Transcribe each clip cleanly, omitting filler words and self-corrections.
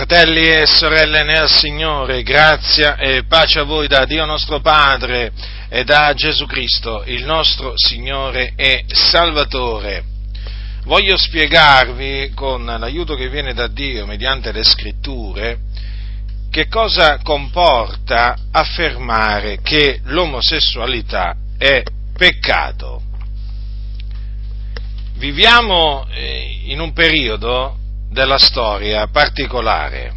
Fratelli e sorelle nel Signore, grazia e pace a voi da Dio nostro Padre e da Gesù Cristo, il nostro Signore e Salvatore. Voglio spiegarvi, con l'aiuto che viene da Dio mediante le Scritture, che cosa comporta affermare che l'omosessualità è peccato. Viviamo in un periodo della storia particolare.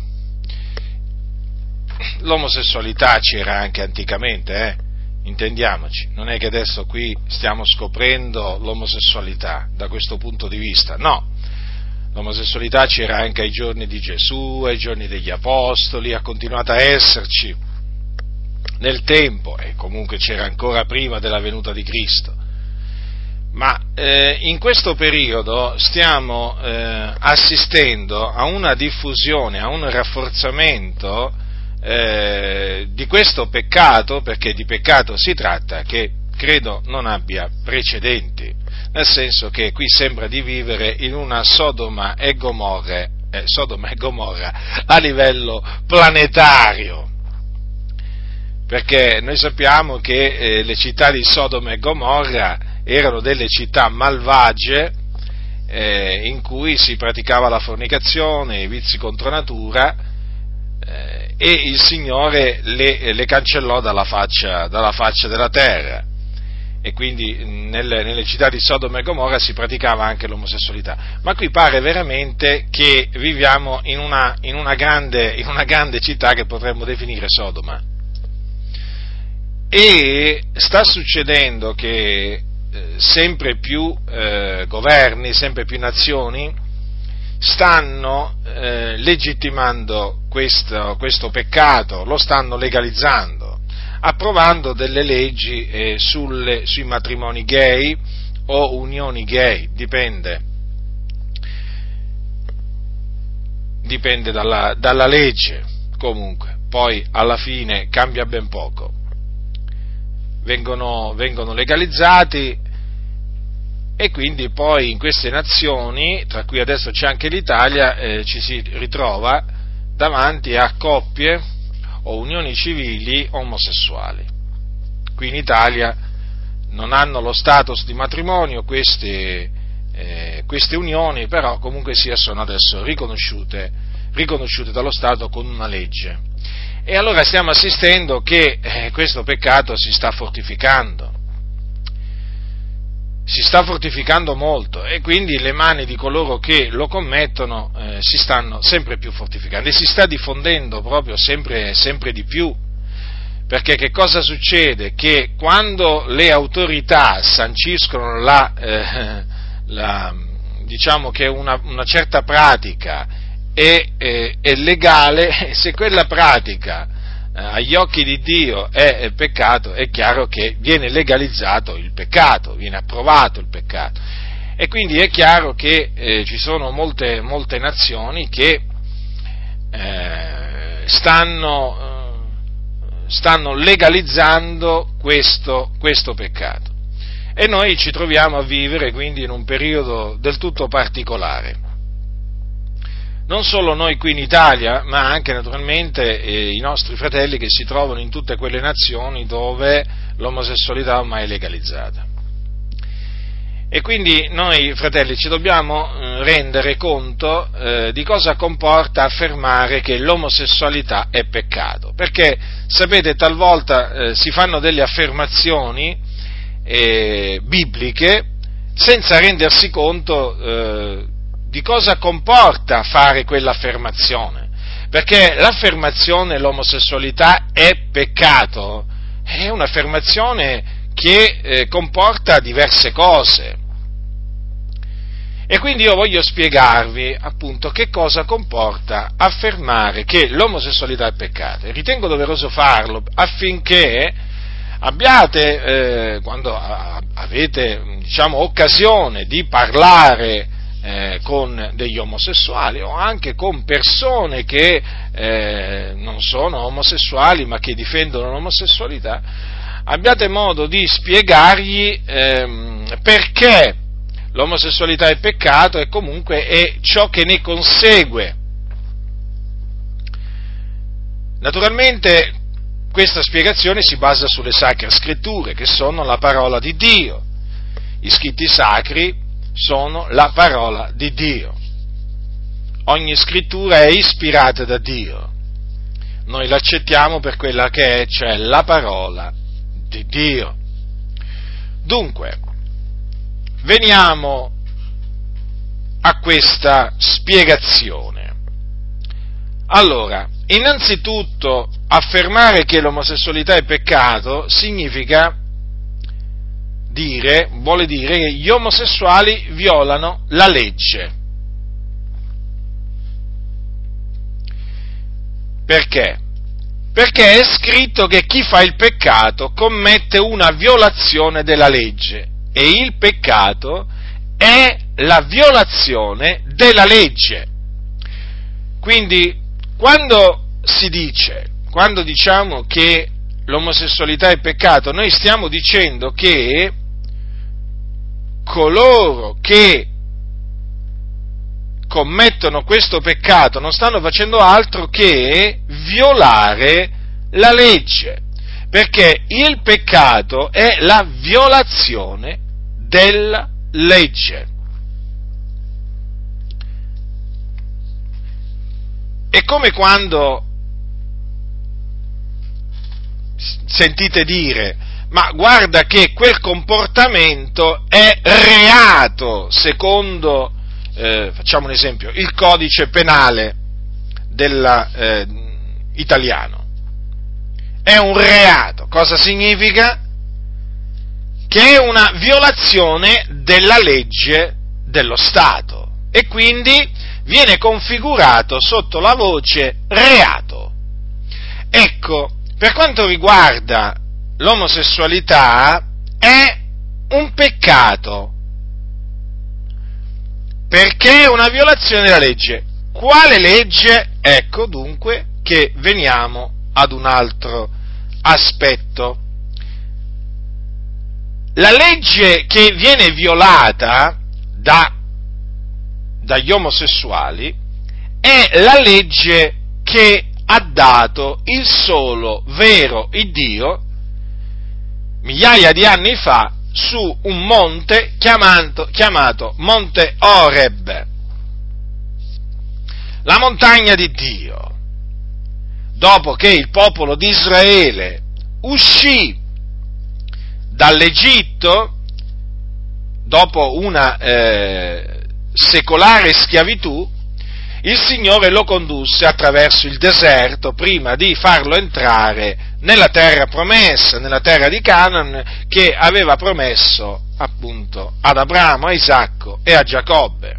L'omosessualità c'era anche anticamente, intendiamoci, non è che adesso qui stiamo scoprendo l'omosessualità da questo punto di vista, no, l'omosessualità c'era anche ai giorni di Gesù, ai giorni degli Apostoli, ha continuato a esserci nel tempo e comunque c'era ancora prima della venuta di Cristo. Ma in questo periodo stiamo assistendo a una diffusione, a un rafforzamento di questo peccato, perché di peccato si tratta, che credo non abbia precedenti, nel senso che qui sembra di vivere in una Sodoma e Gomorra a livello planetario. Perché noi sappiamo che le città di Sodoma e Gomorra erano delle città malvagie in cui si praticava la fornicazione, i vizi contro natura, e il Signore le cancellò dalla faccia della terra. E quindi nelle città di Sodoma e Gomorra si praticava anche l'omosessualità. Ma qui pare veramente che viviamo in una grande città che potremmo definire Sodoma. E sta succedendo che sempre più governi, sempre più nazioni stanno legittimando questo peccato, lo stanno legalizzando, approvando delle leggi sui matrimoni gay o unioni gay, dipende dalla legge, comunque, poi alla fine cambia ben poco. Vengono legalizzati e quindi poi in queste nazioni, tra cui adesso c'è anche l'Italia, ci si ritrova davanti a coppie o unioni civili omosessuali. Qui in Italia non hanno lo status di matrimonio queste unioni, però comunque sia sono adesso riconosciute dallo Stato con una legge. E allora stiamo assistendo che questo peccato si sta fortificando molto, e quindi le mani di coloro che lo commettono si stanno sempre più fortificando e si sta diffondendo proprio sempre di più. Perché che cosa succede? Che quando le autorità sanciscono diciamo che una certa pratica è legale, se quella pratica agli occhi di Dio è peccato, è chiaro che viene legalizzato il peccato, viene approvato il peccato. E quindi è chiaro che ci sono molte nazioni che stanno legalizzando questo peccato. E noi ci troviamo a vivere quindi in un periodo del tutto particolare. Non solo noi qui in Italia, ma anche naturalmente i nostri fratelli che si trovano in tutte quelle nazioni dove l'omosessualità ormai è legalizzata. E quindi noi, fratelli, ci dobbiamo rendere conto di cosa comporta affermare che l'omosessualità è peccato. Perché, sapete, talvolta si fanno delle affermazioni bibliche senza rendersi conto di cosa comporta fare quell'affermazione, perché l'affermazione l'omosessualità è peccato è un'affermazione che comporta diverse cose, e quindi io voglio spiegarvi appunto che cosa comporta affermare che l'omosessualità è peccato, e ritengo doveroso farlo affinché abbiate, quando avete occasione di parlare con degli omosessuali o anche con persone che non sono omosessuali ma che difendono l'omosessualità, abbiate modo di spiegargli perché l'omosessualità è peccato e comunque è ciò che ne consegue. Naturalmente questa spiegazione si basa sulle Sacre Scritture, che sono la parola di Dio. Gli scritti sacri sono la parola di Dio. Ogni scrittura è ispirata da Dio. Noi l'accettiamo per quella che è, cioè la parola di Dio. Dunque, veniamo a questa spiegazione. Allora, innanzitutto, affermare che l'omosessualità è peccato vuole dire che gli omosessuali violano la legge. Perché? Perché è scritto che chi fa il peccato commette una violazione della legge, e il peccato è la violazione della legge. Quindi, quando diciamo che l'omosessualità è peccato, noi stiamo dicendo che coloro che commettono questo peccato non stanno facendo altro che violare la legge, perché il peccato è la violazione della legge. È come quando sentite dire: ma guarda che quel comportamento è reato secondo, facciamo un esempio, il codice penale italiano. È un reato. Cosa significa? Che è una violazione della legge dello Stato, e quindi viene configurato sotto la voce reato. Ecco, per quanto riguarda l'omosessualità, è un peccato, perché è una violazione della legge. Quale legge? Ecco dunque che veniamo ad un altro aspetto. La legge che viene violata dagli omosessuali è la legge che ha dato il solo vero Iddio migliaia di anni fa su un monte chiamato Monte Oreb, la montagna di Dio. Dopo che il popolo di Israele uscì dall'Egitto, dopo una secolare schiavitù, il Signore lo condusse attraverso il deserto prima di farlo entrare nella terra promessa, nella terra di Canaan, che aveva promesso appunto ad Abramo, a Isacco e a Giacobbe.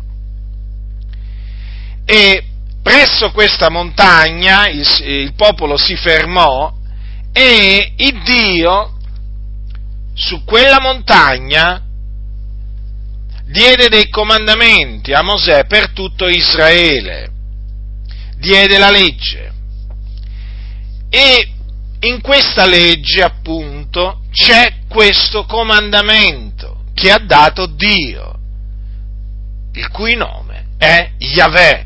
E presso questa montagna il popolo si fermò, e il Dio su quella montagna diede dei comandamenti a Mosè per tutto Israele, diede la legge, e in questa legge appunto c'è questo comandamento che ha dato Dio, il cui nome è Yahweh.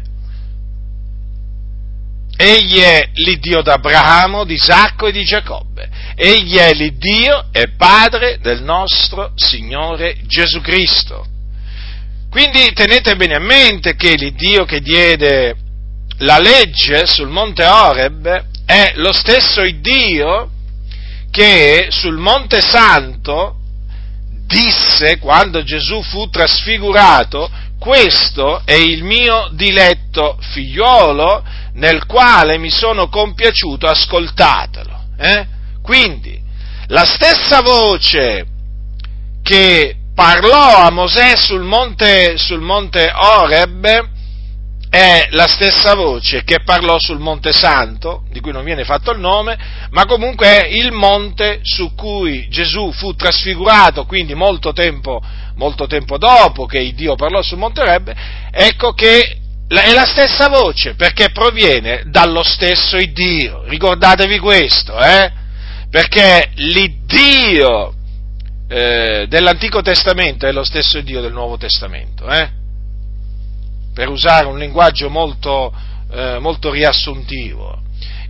Egli è l'Iddio d'Abramo, di Isacco e di Giacobbe. Egli è l'Iddio e Padre del nostro Signore Gesù Cristo. Quindi tenete bene a mente che l'Iddio che diede la legge sul Monte Oreb è lo stesso Iddio che sul Monte Santo disse, quando Gesù fu trasfigurato: questo è il mio diletto figliuolo, nel quale mi sono compiaciuto, ascoltatelo. Quindi, la stessa voce che parlò a Mosè sul monte Oreb è la stessa voce che parlò sul Monte Santo, di cui non viene fatto il nome, ma comunque è il monte su cui Gesù fu trasfigurato, quindi molto tempo dopo che Dio parlò sul Monte Oreb. Ecco che è la stessa voce, perché proviene dallo stesso Iddio. Ricordatevi questo, perché l'Iddio dell'Antico Testamento è lo stesso Iddio del Nuovo Testamento, per usare un linguaggio molto riassuntivo.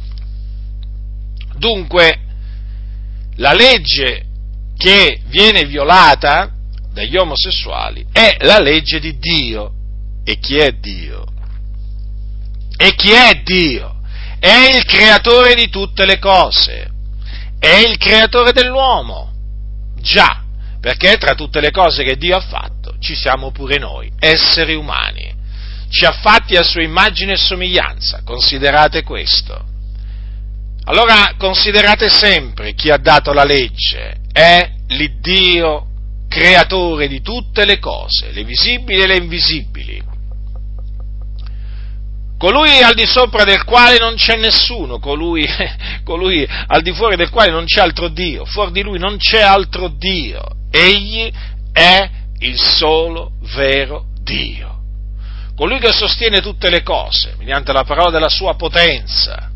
Dunque, la legge che viene violata dagli omosessuali è la legge di Dio. E chi è Dio? E chi è Dio? È il creatore di tutte le cose, è il creatore dell'uomo, già, perché tra tutte le cose che Dio ha fatto ci siamo pure noi, esseri umani, ci ha fatti a sua immagine e somiglianza, considerate questo. Allora considerate sempre chi ha dato la legge, è l'Iddio creatore di tutte le cose, le visibili e le invisibili. Colui al di sopra del quale non c'è nessuno, colui al di fuori del quale non c'è altro Dio, fuori di lui non c'è altro Dio, egli è il solo vero Dio, colui che sostiene tutte le cose mediante la parola della sua potenza,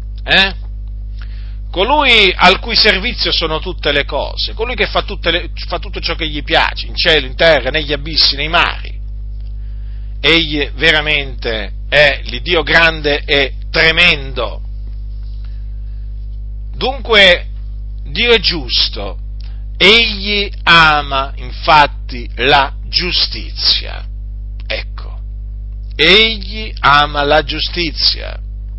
colui al cui servizio sono tutte le cose, colui che fa tutto ciò che gli piace, in cielo, in terra, negli abissi, nei mari. Egli veramente è l'Iddio grande e tremendo. Dunque, Dio è giusto, egli ama infatti la giustizia. Ecco, egli ama la giustizia.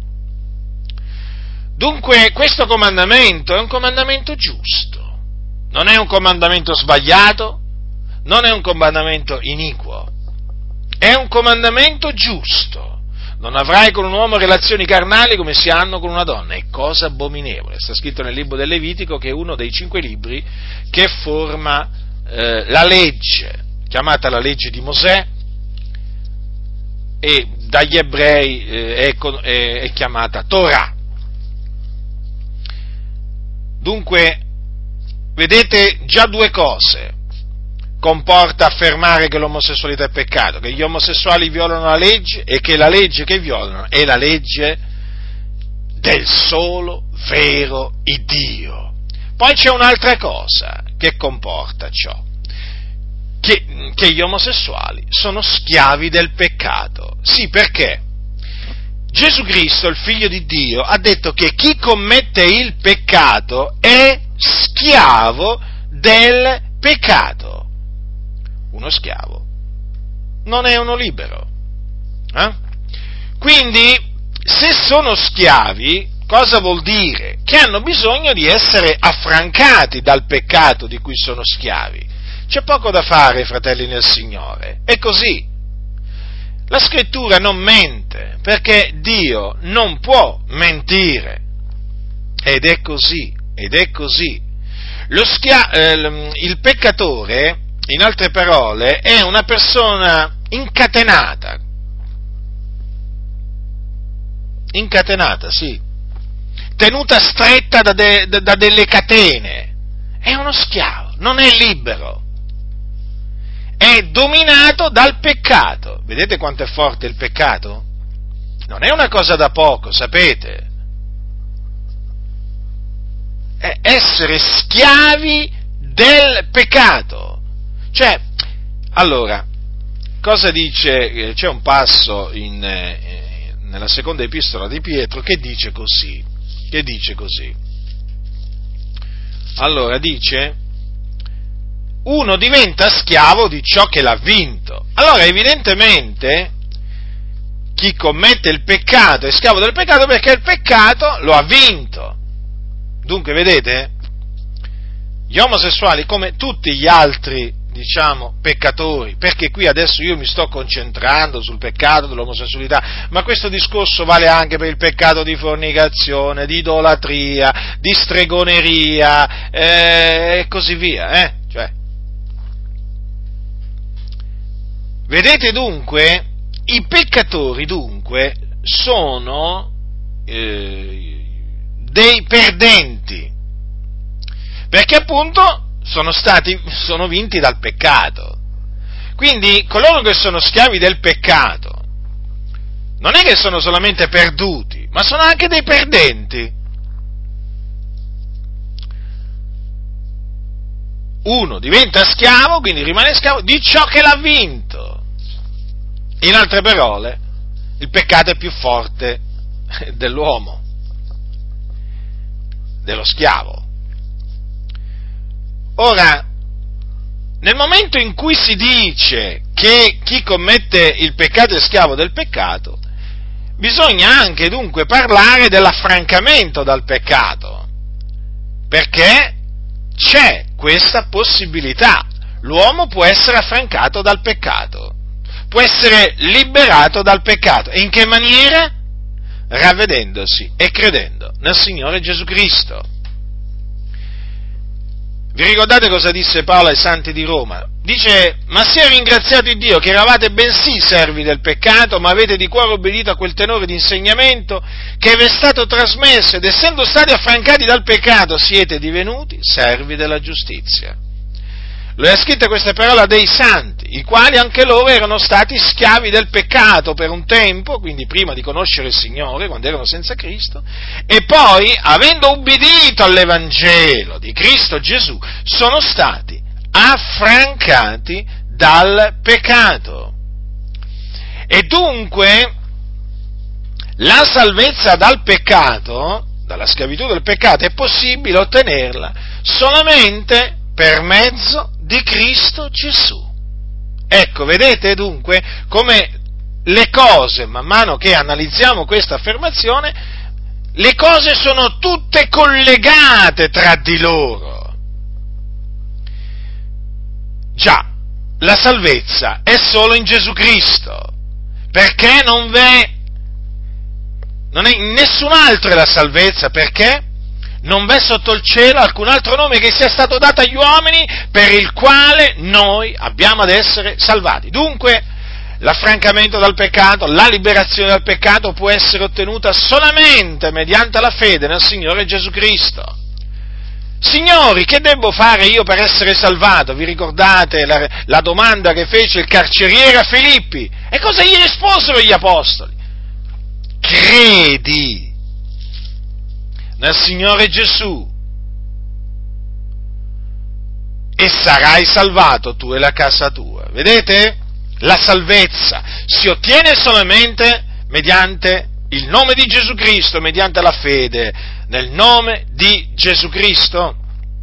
Dunque, questo comandamento è un comandamento giusto, non è un comandamento sbagliato, non è un comandamento iniquo. È un comandamento giusto. Non avrai con un uomo relazioni carnali come si hanno con una donna. È cosa abominevole. Sta scritto nel libro del Levitico, che è uno dei 5 libri che forma la legge, chiamata la legge di Mosè, e dagli ebrei è chiamata Torah. Dunque, vedete, già due cose comporta affermare che l'omosessualità è peccato, che gli omosessuali violano la legge e che la legge che violano è la legge del solo vero Iddio. Poi c'è un'altra cosa che comporta ciò, che gli omosessuali sono schiavi del peccato. Sì, perché Gesù Cristo, il Figlio di Dio, ha detto che chi commette il peccato è schiavo del peccato. Uno schiavo non è uno libero. Quindi, se sono schiavi, cosa vuol dire? Che hanno bisogno di essere affrancati dal peccato di cui sono schiavi. C'è poco da fare, fratelli nel Signore, è così. La Scrittura non mente, perché Dio non può mentire, ed è così. Il peccatore, in altre parole, è una persona incatenata, sì, tenuta stretta da delle catene, è uno schiavo, non è libero, è dominato dal peccato. Vedete quanto è forte il peccato? Non è una cosa da poco, sapete? È essere schiavi del peccato. Cioè, allora, cosa dice? C'è un passo nella seconda epistola di Pietro che dice così. Allora, dice: uno diventa schiavo di ciò che l'ha vinto. Allora, evidentemente, chi commette il peccato è schiavo del peccato perché il peccato lo ha vinto. Dunque, vedete? Gli omosessuali, come tutti gli altri, peccatori, perché qui adesso io mi sto concentrando sul peccato dell'omosessualità, ma questo discorso vale anche per il peccato di fornicazione, di idolatria, di stregoneria, e così via, Vedete dunque, i peccatori dunque sono dei perdenti, perché appunto sono vinti dal peccato. Quindi coloro che sono schiavi del peccato non è che sono solamente perduti, ma sono anche dei perdenti. Uno diventa schiavo, quindi rimane schiavo di ciò che l'ha vinto. In altre parole, il peccato è più forte dell'uomo. dello schiavo. Ora, nel momento in cui si dice che chi commette il peccato è schiavo del peccato, bisogna anche dunque parlare dell'affrancamento dal peccato, perché c'è questa possibilità. L'uomo può essere affrancato dal peccato, può essere liberato dal peccato. E in che maniera? Ravvedendosi e credendo nel Signore Gesù Cristo. Vi ricordate cosa disse Paolo ai santi di Roma? Dice: ma sia ringraziato il Dio che eravate bensì servi del peccato, ma avete di cuore obbedito a quel tenore di insegnamento che vi è stato trasmesso, ed essendo stati affrancati dal peccato siete divenuti servi della giustizia. Lui ha scritto queste parole a dei santi, i quali anche loro erano stati schiavi del peccato per un tempo, quindi prima di conoscere il Signore, quando erano senza Cristo, e poi, avendo ubbidito all'Evangelo di Cristo Gesù, sono stati affrancati dal peccato. E dunque, la salvezza dal peccato, dalla schiavitù del peccato, è possibile ottenerla solamente per mezzo di Cristo Gesù. Ecco, vedete dunque come le cose, man mano che analizziamo questa affermazione, le cose sono tutte collegate tra di loro. Già, la salvezza è solo in Gesù Cristo, perché non è in nessun altro è la salvezza, perché non v'è sotto il cielo alcun altro nome che sia stato dato agli uomini per il quale noi abbiamo ad essere salvati. Dunque, l'affrancamento dal peccato, la liberazione dal peccato può essere ottenuta solamente mediante la fede nel Signore Gesù Cristo. Signori, che devo fare io per essere salvato? Vi ricordate la domanda che fece il carceriere a Filippi? E cosa gli risposero gli apostoli? Credi nel Signore Gesù e sarai salvato tu e la casa tua. Vedete? La salvezza si ottiene solamente mediante il nome di Gesù Cristo, mediante la fede nel nome di Gesù Cristo.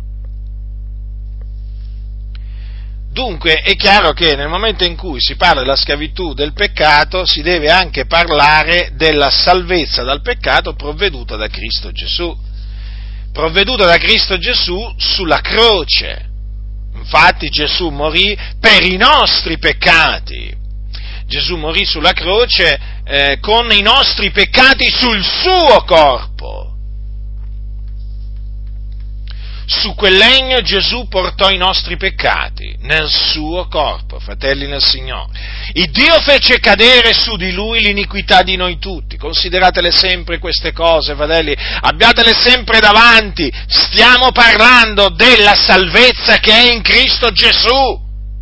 Dunque è chiaro che nel momento in cui si parla della schiavitù del peccato si deve anche parlare della salvezza dal peccato provveduta da Cristo Gesù. Provveduta da Cristo Gesù sulla croce. Infatti Gesù morì per i nostri peccati. Gesù morì sulla croce con i nostri peccati sul suo corpo. Su quel legno Gesù portò i nostri peccati nel suo corpo, fratelli nel Signore. Il Dio fece cadere su di lui l'iniquità di noi tutti. Consideratele sempre queste cose, fratelli, abbiatele sempre davanti. Stiamo parlando della salvezza che è in Cristo Gesù.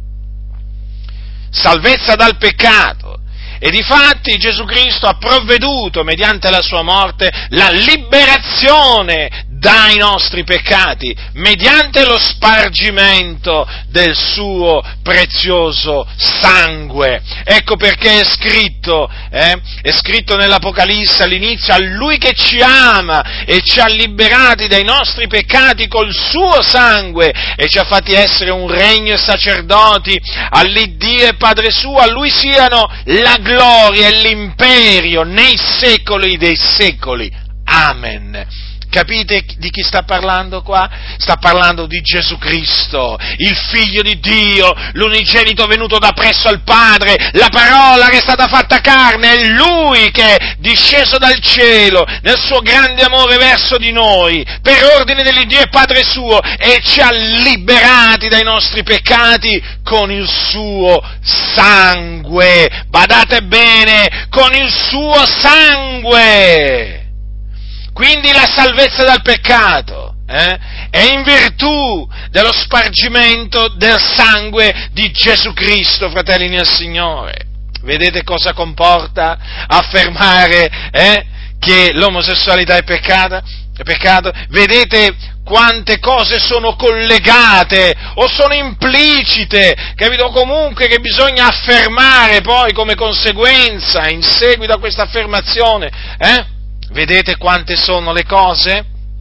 Salvezza dal peccato. E difatti Gesù Cristo ha provveduto, mediante la sua morte, la liberazione dai nostri peccati, mediante lo spargimento del suo prezioso sangue. Ecco perché è scritto nell'Apocalisse all'inizio: a Lui che ci ama e ci ha liberati dai nostri peccati col suo sangue e ci ha fatti essere un regno e sacerdoti all'Iddio e Padre suo, a Lui siano la gloria e l'imperio nei secoli dei secoli. Amen. Capite di chi sta parlando qua? Sta parlando di Gesù Cristo, il Figlio di Dio, l'unigenito venuto da presso al Padre, la parola che è stata fatta carne, è Lui che è disceso dal cielo nel suo grande amore verso di noi, per ordine dell'Iddio e Padre suo, e ci ha liberati dai nostri peccati con il suo sangue. Badate bene, con il suo sangue. Quindi la salvezza dal peccato è in virtù dello spargimento del sangue di Gesù Cristo, fratelli nel Signore. Vedete cosa comporta affermare che l'omosessualità è peccato? Vedete quante cose sono collegate o sono implicite, capito? Comunque che bisogna affermare poi come conseguenza, in seguito a questa affermazione, Vedete quante sono le cose?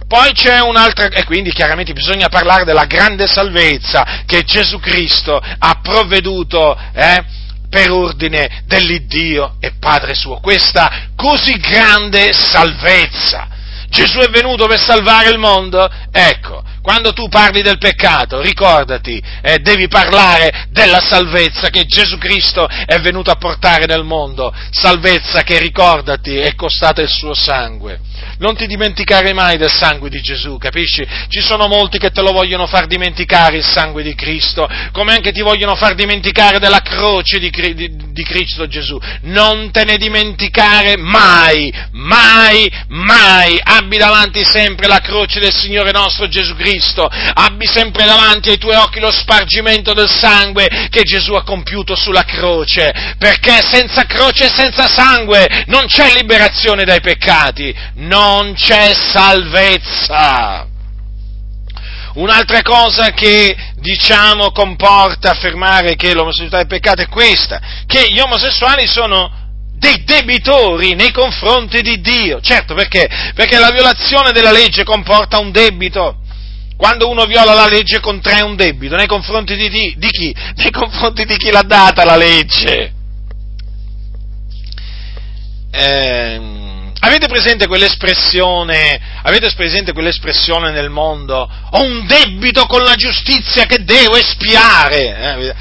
Poi c'è un'altra, e quindi chiaramente bisogna parlare della grande salvezza che Gesù Cristo ha provveduto, per ordine dell'Iddio e Padre suo. Questa così grande salvezza. Gesù è venuto per salvare il mondo? Ecco, quando tu parli del peccato, ricordati, devi parlare della salvezza che Gesù Cristo è venuto a portare nel mondo, salvezza che, ricordati, è costata il suo sangue. Non ti dimenticare mai del sangue di Gesù, capisci? Ci sono molti che te lo vogliono far dimenticare il sangue di Cristo, come anche ti vogliono far dimenticare della croce di Cristo Gesù. Non te ne dimenticare mai, mai, mai. Abbi davanti sempre la croce del Signore nostro Gesù Cristo, abbi sempre davanti ai tuoi occhi lo spargimento del sangue che Gesù ha compiuto sulla croce, perché senza croce e senza sangue non c'è liberazione dai peccati, non c'è salvezza. Un'altra cosa che, comporta affermare che l'omosessualità è peccato è questa, che gli omosessuali sono dei debitori nei confronti di Dio. Certo, perché? Perché la violazione della legge comporta un debito. Quando uno viola la legge contrae un debito nei confronti di chi? Nei confronti di chi l'ha data la legge. Avete presente quell'espressione nel mondo? Ho un debito con la giustizia che devo espiare.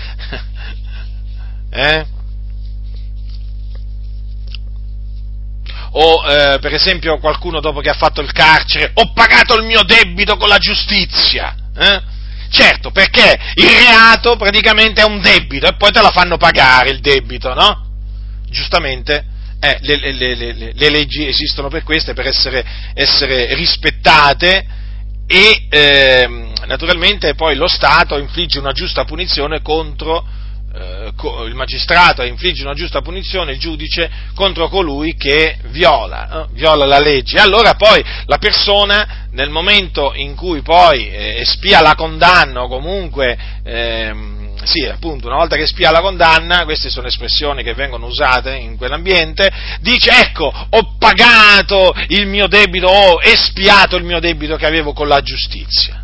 O per esempio qualcuno dopo che ha fatto il carcere, ho pagato il mio debito con la giustizia. Certo, perché il reato praticamente è un debito e poi te la fanno pagare il debito, no? Giustamente. Le leggi esistono per questo, per essere rispettate e naturalmente poi lo Stato infligge una giusta punizione contro il magistrato infligge una giusta punizione, il giudice, contro colui che viola la legge. Allora poi la persona, nel momento in cui poi espia la condanna, o comunque appunto, una volta che espia la condanna, queste sono espressioni che vengono usate in quell'ambiente, dice: ecco, ho pagato il mio debito, ho espiato il mio debito che avevo con la giustizia.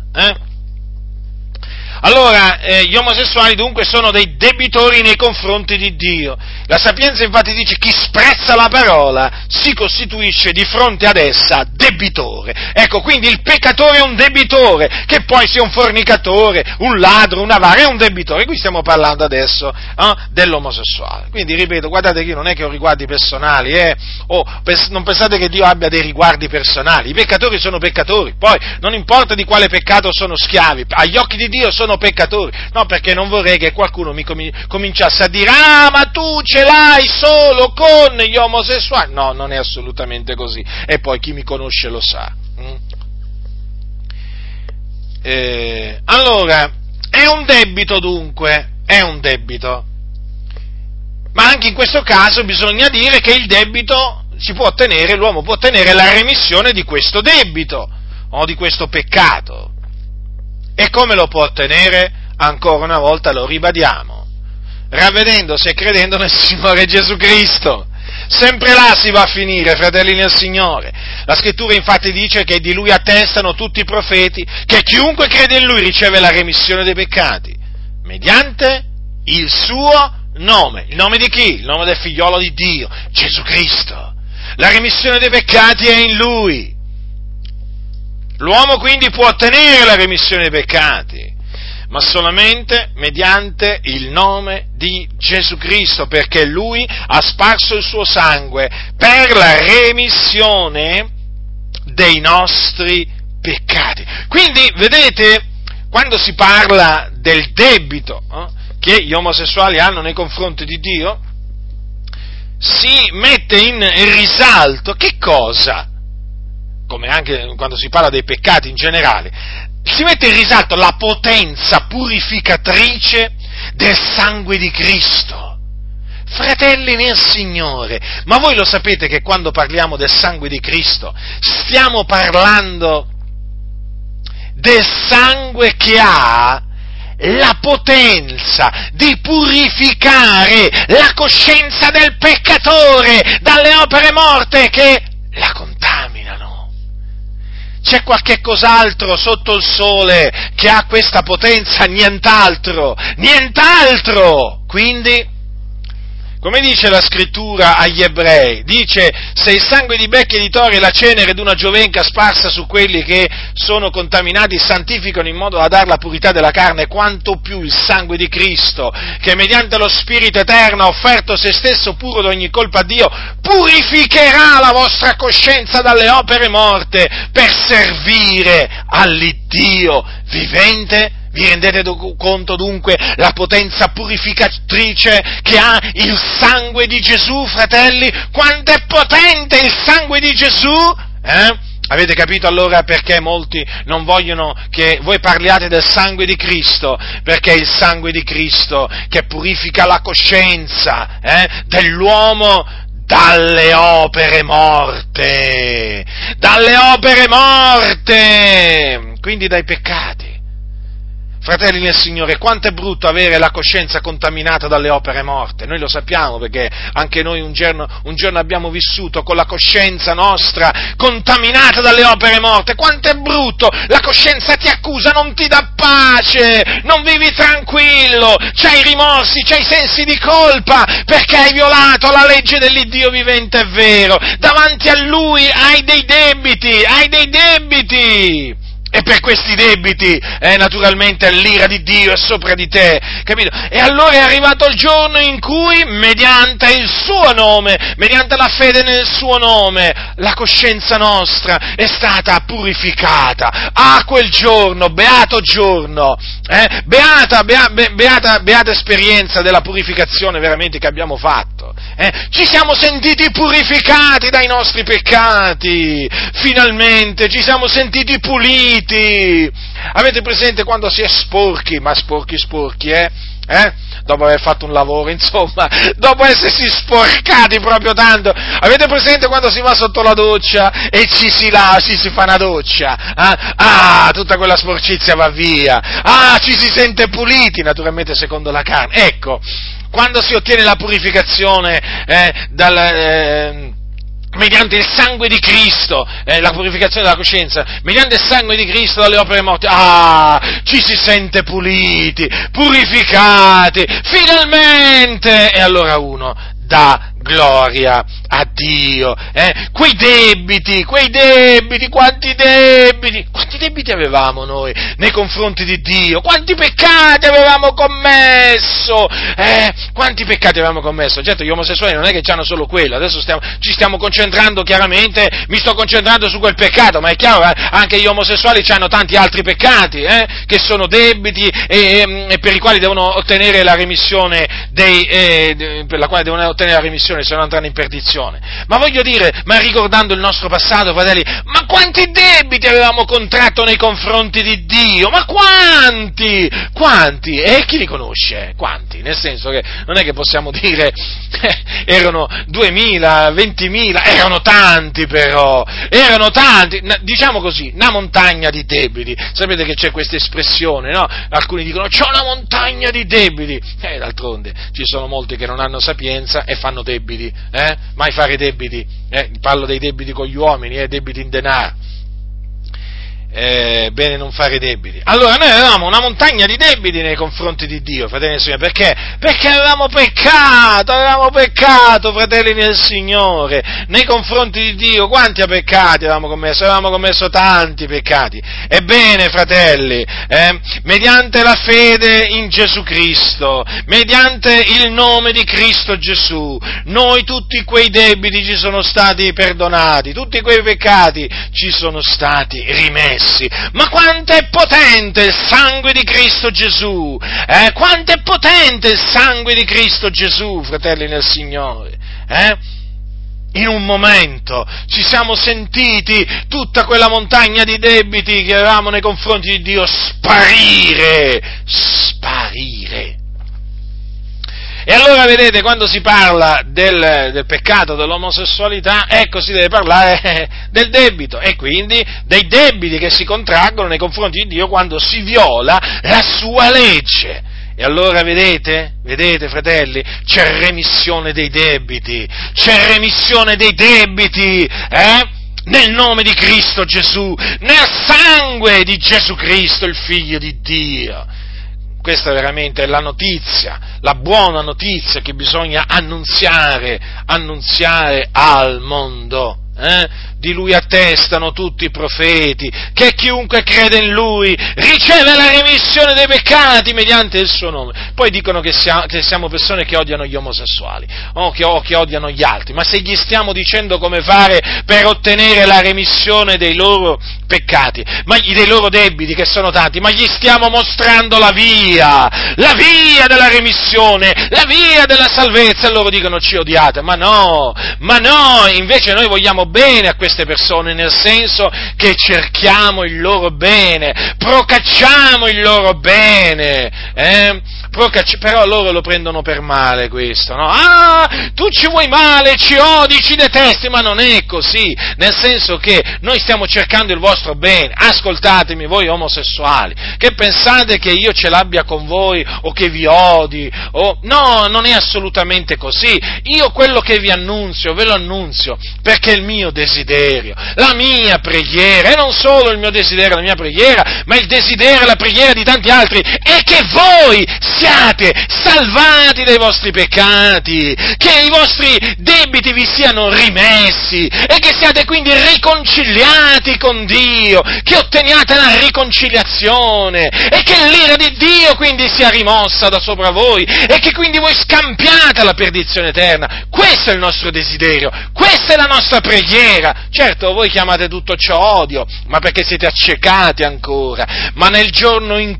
Allora, gli omosessuali dunque sono dei debitori nei confronti di Dio. La Sapienza infatti dice: chi sprezza la parola si costituisce di fronte ad essa debitore. Ecco, quindi il peccatore è un debitore, che poi sia un fornicatore, un ladro, un avaro, è un debitore. Qui stiamo parlando adesso dell'omosessuale. Quindi, ripeto, guardate che io non è che ho riguardi personali, non pensate che Dio abbia dei riguardi personali. I peccatori sono peccatori, poi non importa di quale peccato sono schiavi, agli occhi di Dio sono peccatori, no, perché non vorrei che qualcuno mi cominciasse a dire: ah, ma tu ce l'hai solo con gli omosessuali. No, non è assolutamente così, e poi chi mi conosce lo sa. Allora, è un debito dunque, è un debito, ma anche in questo caso bisogna dire che il debito l'uomo può ottenere la remissione di questo debito, o di questo peccato. E come lo può ottenere? Ancora una volta lo ribadiamo: ravvedendosi e credendo nel Signore Gesù Cristo. Sempre là si va a finire, fratelli nel Signore. La Scrittura infatti dice che di Lui attestano tutti i profeti che chiunque crede in Lui riceve la remissione dei peccati, mediante il suo nome. Il nome di chi? Il nome del figliolo di Dio, Gesù Cristo. La remissione dei peccati è in Lui. L'uomo quindi può ottenere la remissione dei peccati, ma solamente mediante il nome di Gesù Cristo, perché Lui ha sparso il suo sangue per la remissione dei nostri peccati. Quindi, vedete, quando si parla del debito che gli omosessuali hanno nei confronti di Dio, si mette in risalto che cosa? Come anche quando si parla dei peccati in generale, si mette in risalto la potenza purificatrice del sangue di Cristo. Fratelli nel Signore, ma voi lo sapete che quando parliamo del sangue di Cristo stiamo parlando del sangue che ha la potenza di purificare la coscienza del peccatore dalle opere morte che la contaminano. C'è qualche cos'altro sotto il sole che ha questa potenza? Nient'altro! Quindi, come dice la scrittura agli ebrei, dice: se il sangue di becchi e di tori e la cenere d'una giovenca sparsa su quelli che sono contaminati santificano in modo da dar la purità della carne, quanto più il sangue di Cristo, che mediante lo Spirito Eterno ha offerto se stesso puro da ogni colpa a Dio, purificherà la vostra coscienza dalle opere morte per servire all'Iddio vivente. Vi rendete conto dunque la potenza purificatrice che ha il sangue di Gesù, fratelli? Quanto è potente il sangue di Gesù? Avete capito allora perché molti non vogliono che voi parliate del sangue di Cristo? Perché è il sangue di Cristo che purifica la coscienza dell'uomo dalle opere morte, quindi dai peccati. Fratelli nel Signore, quanto è brutto avere la coscienza contaminata dalle opere morte. Noi lo sappiamo perché anche noi un giorno abbiamo vissuto con la coscienza nostra contaminata dalle opere morte. Quanto è brutto! La coscienza ti accusa, non ti dà pace, non vivi tranquillo, c'hai rimorsi, c'hai sensi di colpa perché hai violato la legge dell'Iddio vivente e vero. Davanti a Lui hai dei debiti. E per questi debiti, naturalmente, l'ira di Dio è sopra di te, capito? E allora è arrivato il giorno in cui, mediante il suo nome, mediante la fede nel suo nome, la coscienza nostra è stata purificata. Quel giorno, beato giorno, beata esperienza della purificazione veramente che abbiamo fatto. Ci siamo sentiti purificati dai nostri peccati, finalmente, ci siamo sentiti puliti. Avete presente quando si è sporchi, ma sporchi, dopo aver fatto un lavoro, insomma, dopo essersi sporcati proprio tanto, avete presente quando si va sotto la doccia e ci si fa una doccia, tutta quella sporcizia va via, ci si sente puliti, naturalmente secondo la carne, ecco, quando si ottiene la purificazione mediante il sangue di Cristo, la purificazione della coscienza, mediante il sangue di Cristo dalle opere morte, ci si sente puliti, purificati, finalmente, e allora uno dà gloria a Dio, quei debiti, quanti debiti avevamo noi nei confronti di Dio, quanti peccati avevamo commesso, certo gli omosessuali non è che hanno solo quello, adesso ci stiamo concentrando chiaramente, mi sto concentrando su quel peccato, ma è chiaro, anche gli omosessuali hanno tanti altri peccati, che sono debiti e per i quali devono ottenere la remissione per la quale devono ottenere la remissione se non andranno in perdizione. Ma voglio dire, ma ricordando il nostro passato, fratelli, ma quanti debiti avevamo contratto nei confronti di Dio? Ma quanti? E chi li conosce? Quanti? Nel senso che non è che possiamo dire erano 2.000, 20.000, erano tanti, diciamo così, una montagna di debiti. Sapete che c'è questa espressione, no? Alcuni dicono c'ho una montagna di debiti, d'altronde ci sono molti che non hanno sapienza e fanno debiti, mai fare debiti, parlo dei debiti con gli uomini, debiti in denaro, bene non fare debiti. Allora noi avevamo una montagna di debiti nei confronti di Dio, fratelli nel Signore, perché? Perché avevamo peccato, fratelli nel Signore, nei confronti di Dio. Quanti peccati avevamo commesso? Avevamo commesso tanti peccati. Ebbene, fratelli, mediante la fede in Gesù Cristo, mediante il nome di Cristo Gesù, noi tutti quei debiti ci sono stati perdonati, tutti quei peccati ci sono stati rimessi. Ma quanto è potente il sangue di Cristo Gesù, quanto è potente il sangue di Cristo Gesù, fratelli nel Signore, In un momento ci siamo sentiti tutta quella montagna di debiti che avevamo nei confronti di Dio sparire. E allora vedete, quando si parla del peccato dell'omosessualità, si deve parlare del debito, e quindi dei debiti che si contraggono nei confronti di Dio quando si viola la sua legge. E allora vedete fratelli, c'è remissione dei debiti, nel nome di Cristo Gesù, nel sangue di Gesù Cristo, il Figlio di Dio. Questa veramente è la notizia, la buona notizia che bisogna annunziare al mondo. Di Lui attestano tutti i profeti, che chiunque crede in Lui riceve la remissione dei peccati mediante il suo nome. Poi dicono che siamo persone che odiano gli omosessuali, o che odiano gli altri, ma se gli stiamo dicendo come fare per ottenere la remissione dei loro peccati, dei loro debiti, che sono tanti, ma gli stiamo mostrando la via della remissione, la via della salvezza, e loro dicono ci odiate, ma no, invece noi vogliamo bene a queste persone, nel senso che cerchiamo il loro bene, procacciamo il loro bene, però loro lo prendono per male questo, no? Ah, tu ci vuoi male, ci odi, ci detesti, ma non è così, nel senso che noi stiamo cercando il vostro bene. Ascoltatemi voi omosessuali, che pensate che io ce l'abbia con voi o che vi odi, no, non è assolutamente così. Io quello che vi annunzio, ve lo annunzio perché è il mio desiderio, la mia preghiera, e non solo il mio desiderio, la mia preghiera, ma il desiderio e la preghiera di tanti altri, è che voi siate salvati dai vostri peccati, che i vostri debiti vi siano rimessi e che siate quindi riconciliati con Dio, che otteniate la riconciliazione e che l'ira di Dio quindi sia rimossa da sopra voi e che quindi voi scampiate alla perdizione eterna. Questo è il nostro desiderio, questa è la nostra preghiera. Certo, voi chiamate tutto ciò odio, ma perché siete accecati ancora, ma nel giorno in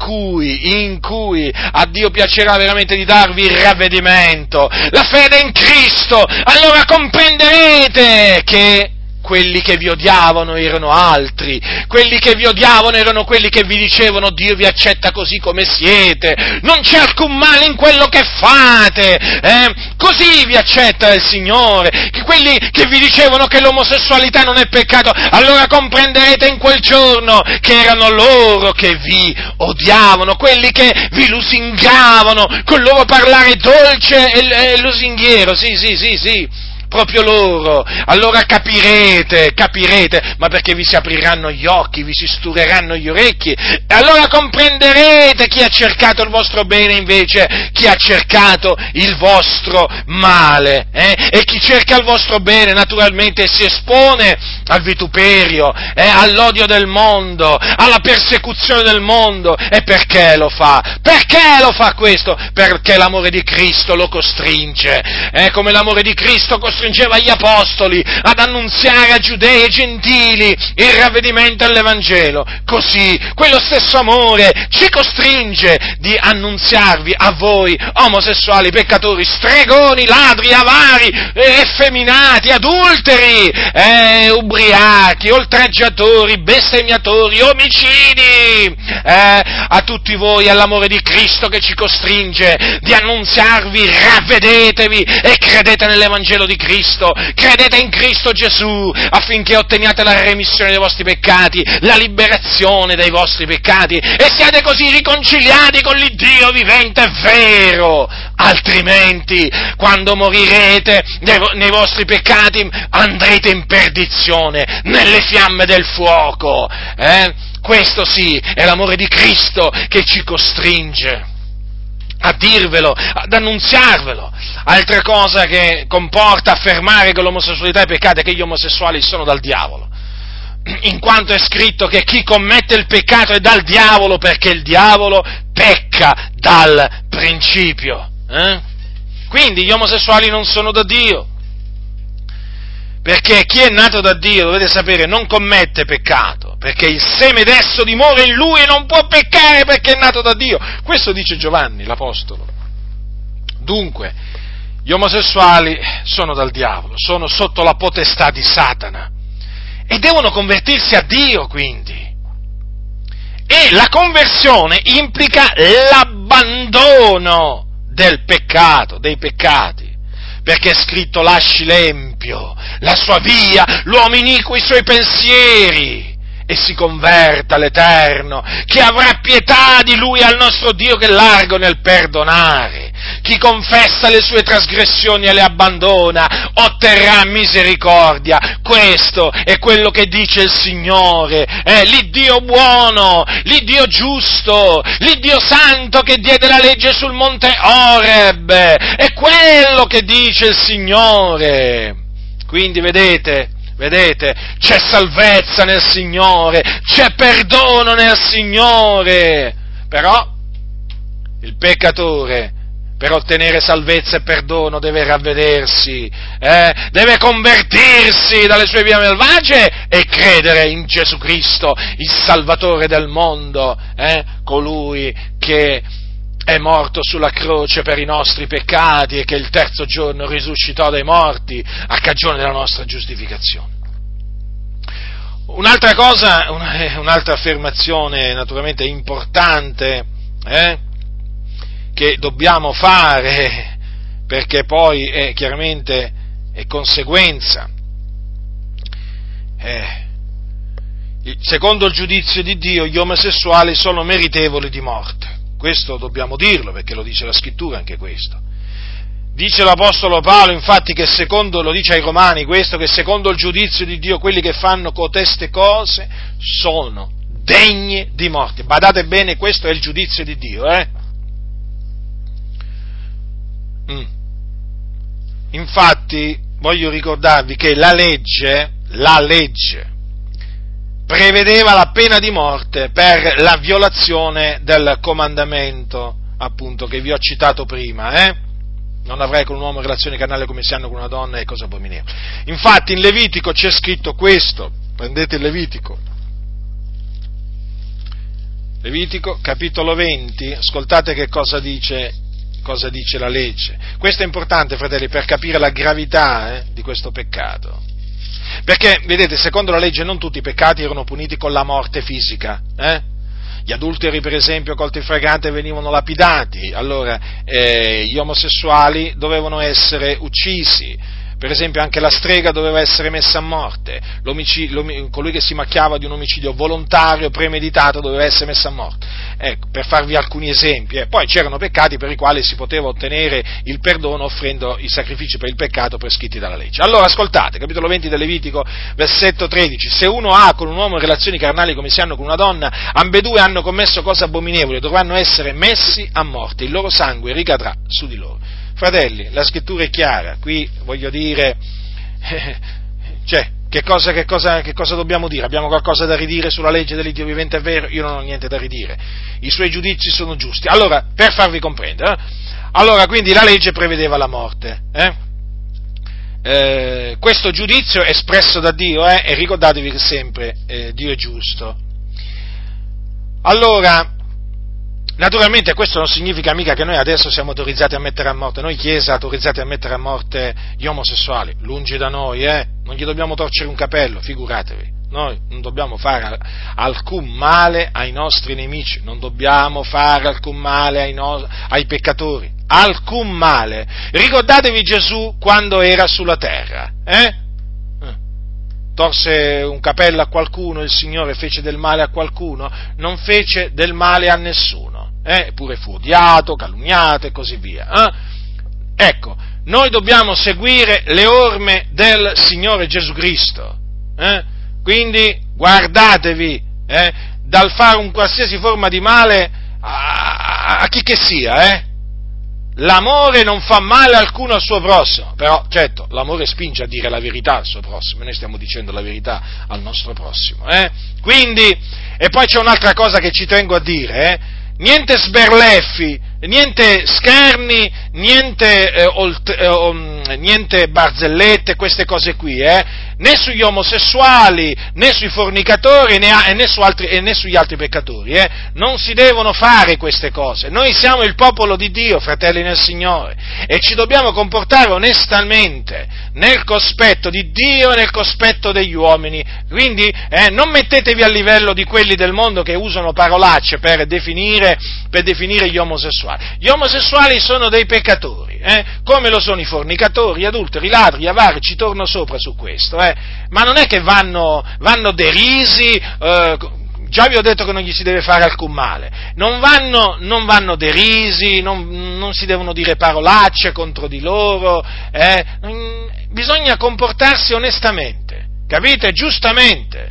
cui a Dio piacerà veramente di darvi il ravvedimento, la fede in Cristo, allora comprenderete che quelli che vi odiavano erano altri, quelli che vi odiavano erano quelli che vi dicevano Dio vi accetta così come siete, non c'è alcun male in quello che fate, così vi accetta il Signore, quelli che vi dicevano che l'omosessualità non è peccato, allora comprenderete in quel giorno che erano loro che vi odiavano, quelli che vi lusingavano col loro parlare dolce e lusinghiero, sì, proprio loro. Allora capirete, ma perché vi si apriranno gli occhi, vi si stureranno gli orecchi, e allora comprenderete chi ha cercato il vostro bene invece chi ha cercato il vostro male, e chi cerca il vostro bene naturalmente si espone al vituperio, all'odio del mondo, alla persecuzione del mondo. E perché lo fa? Perché lo fa questo? Perché l'amore di Cristo lo costringe, come l'amore di Cristo costringeva gli apostoli ad annunziare a giudei e gentili il ravvedimento all'Evangelo. Così, quello stesso amore ci costringe di annunziarvi a voi, omosessuali, peccatori, stregoni, ladri, avari, effeminati, adulteri, ubriachi, oltraggiatori, bestemmiatori, omicidi, a tutti voi all'amore di Cristo che ci costringe di annunziarvi: ravvedetevi e credete nell'Evangelo di Cristo, credete in Cristo Gesù affinché otteniate la remissione dei vostri peccati, la liberazione dai vostri peccati e siate così riconciliati con l'Iddio vivente e vero. Altrimenti, quando morirete nei vostri peccati, andrete in perdizione, nelle fiamme del fuoco. Questo sì, è l'amore di Cristo che ci costringe a dirvelo, ad annunziarvelo. Altra cosa che comporta affermare che l'omosessualità è peccato è che gli omosessuali sono dal diavolo, in quanto è scritto che chi commette il peccato è dal diavolo, perché il diavolo pecca dal principio. Quindi gli omosessuali non sono da Dio, perché chi è nato da Dio, dovete sapere, non commette peccato, perché il seme d'esso dimora in lui e non può peccare perché è nato da Dio. Questo dice Giovanni, l'Apostolo. Dunque, gli omosessuali sono dal diavolo, sono sotto la potestà di Satana e devono convertirsi a Dio, quindi. E la conversione implica l'abbandono del peccato, dei peccati. Perché è scritto: lasci l'empio, la sua via, l'uomo iniquo i suoi pensieri, e si converta l'Eterno, chi avrà pietà di lui al nostro Dio che è largo nel perdonare, chi confessa le sue trasgressioni e le abbandona otterrà misericordia. Questo è quello che dice il Signore, l'Iddio buono, l'Iddio giusto, l'Iddio santo che diede la legge sul monte Oreb, è quello che dice il Signore. Quindi vedete, c'è salvezza nel Signore, c'è perdono nel Signore, però il peccatore per ottenere salvezza e perdono deve ravvedersi, deve convertirsi dalle sue vie malvagie e credere in Gesù Cristo, il Salvatore del mondo, colui che è morto sulla croce per i nostri peccati e che il terzo giorno risuscitò dai morti a cagione della nostra giustificazione. Un'altra cosa, un'altra affermazione naturalmente importante, che dobbiamo fare, perché poi è chiaramente è conseguenza. Secondo il giudizio di Dio, gli omosessuali sono meritevoli di morte. Questo dobbiamo dirlo, perché lo dice la Scrittura anche questo. Dice l'Apostolo Paolo, infatti, che lo dice ai Romani questo, che secondo il giudizio di Dio quelli che fanno coteste cose sono degni di morte. Badate bene, questo è il giudizio di Dio, Infatti, voglio ricordarvi che la legge prevedeva la pena di morte per la violazione del comandamento, appunto, che vi ho citato prima, Non avrai con un uomo relazioni carnali come si hanno con una donna, è cosa abominevole. Infatti in Levitico c'è scritto questo, prendete il Levitico, capitolo 20, ascoltate che cosa dice la legge. Questo è importante, fratelli, per capire la gravità di questo peccato. Perché, vedete, secondo la legge non tutti i peccati erano puniti con la morte fisica, Gli adulteri, per esempio, colti in flagrante venivano lapidati, allora gli omosessuali dovevano essere uccisi, per esempio anche la strega doveva essere messa a morte, colui che si macchiava di un omicidio volontario, premeditato, doveva essere messo a morte, ecco, per farvi alcuni esempi. Poi c'erano peccati per i quali si poteva ottenere il perdono offrendo i sacrifici per il peccato prescritti dalla legge. Allora ascoltate, capitolo 20 del Levitico, versetto 13, se uno ha con un uomo relazioni carnali come si hanno con una donna, ambedue hanno commesso cose abominevoli, dovranno essere messi a morte, il loro sangue ricadrà su di loro. Fratelli, la Scrittura è chiara, qui voglio dire, che cosa dobbiamo dire? Abbiamo qualcosa da ridire sulla legge dell'Iddio vivente e vero? Io non ho niente da ridire, i suoi giudizi sono giusti. Allora, per farvi comprendere, allora quindi la legge prevedeva la morte, questo giudizio è espresso da Dio, e ricordatevi che sempre Dio è giusto. Allora, naturalmente questo non significa mica che noi adesso siamo autorizzati a mettere a morte, noi Chiesa autorizzati a mettere a morte gli omosessuali, lungi da noi, non gli dobbiamo torcere un capello, figuratevi, noi non dobbiamo fare alcun male ai nostri nemici, non dobbiamo fare alcun male ai peccatori, alcun male. Ricordatevi Gesù quando era sulla terra, torse un capello a qualcuno, il Signore fece del male a qualcuno, non fece del male a nessuno, eppure fu odiato, calunniato e così via. Ecco, noi dobbiamo seguire le orme del Signore Gesù Cristo, quindi guardatevi dal fare un qualsiasi forma di male a chi che sia, L'amore non fa male alcuno al suo prossimo, però certo l'amore spinge a dire la verità al suo prossimo, noi stiamo dicendo la verità al nostro prossimo, Quindi, e poi c'è un'altra cosa che ci tengo a dire, niente sberleffi, niente scherni, niente barzellette, queste cose qui, né sugli omosessuali, né sui fornicatori, né sugli altri peccatori, non si devono fare queste cose. Noi siamo il popolo di Dio, fratelli nel Signore, e ci dobbiamo comportare onestamente nel cospetto di Dio e nel cospetto degli uomini. Quindi non mettetevi a livello di quelli del mondo che usano parolacce per definire gli omosessuali. Gli omosessuali sono dei peccatori, come lo sono i fornicatori, gli adulteri, i ladri, gli avari, ci torno sopra su questo, ma non è che vanno derisi, già vi ho detto che non gli si deve fare alcun male, non vanno derisi, non si devono dire parolacce contro di loro, bisogna comportarsi onestamente, capite? Giustamente.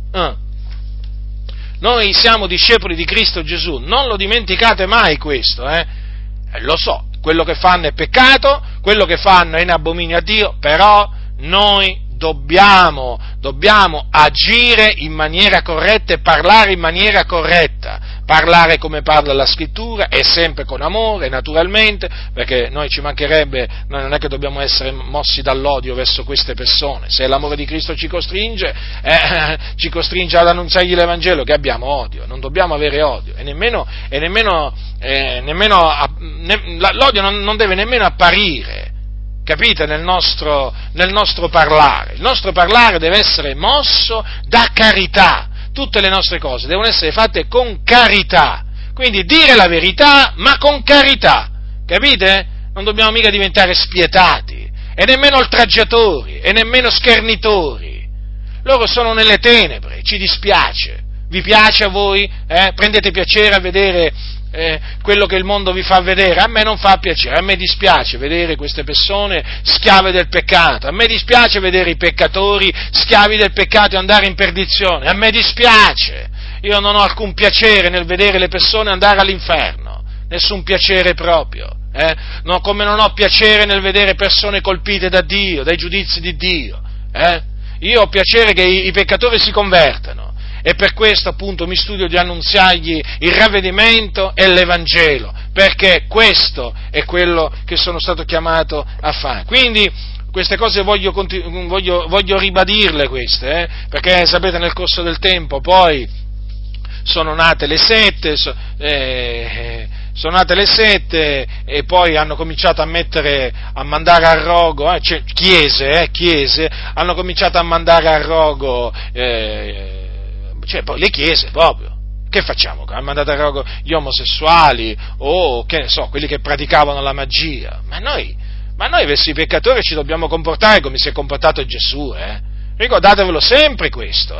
Noi siamo discepoli di Cristo Gesù, non lo dimenticate mai questo, lo so, quello che fanno è peccato, quello che fanno è in abominio a Dio, però noi dobbiamo agire in maniera corretta e parlare in maniera corretta, parlare come parla la Scrittura e sempre con amore, naturalmente, perché noi ci mancherebbe, noi non è che dobbiamo essere mossi dall'odio verso queste persone, se l'amore di Cristo ci costringe ad annunziargli l'Evangelo, che abbiamo odio, non dobbiamo avere odio, l'odio non deve nemmeno apparire, capite, nel nostro parlare. Il nostro parlare deve essere mosso da carità. Tutte le nostre cose devono essere fatte con carità. Quindi dire la verità, ma con carità. Capite? Non dobbiamo mica diventare spietati, e nemmeno oltraggiatori, e nemmeno schernitori. Loro sono nelle tenebre, ci dispiace. Vi piace a voi? Prendete piacere a vedere quello che il mondo vi fa vedere? A me non fa piacere, a me dispiace vedere queste persone schiave del peccato, a me dispiace vedere i peccatori schiavi del peccato e andare in perdizione, a me dispiace, io non ho alcun piacere nel vedere le persone andare all'inferno, nessun piacere proprio, no, come non ho piacere nel vedere persone colpite da Dio, dai giudizi di Dio, io ho piacere che i peccatori si convertano. E per questo appunto mi studio di annunziargli il ravvedimento e l'Evangelo, perché questo è quello che sono stato chiamato a fare. Quindi queste cose voglio ribadirle queste, perché sapete nel corso del tempo poi sono nate le sette, e poi hanno cominciato a mandare a rogo, chiese, hanno cominciato a mandare a rogo, poi le chiese proprio, che facciamo? Hanno mandato a rogo gli omosessuali o che ne so, quelli che praticavano la magia, ma noi verso i peccatori ci dobbiamo comportare come si è comportato Gesù, ricordatevelo sempre questo,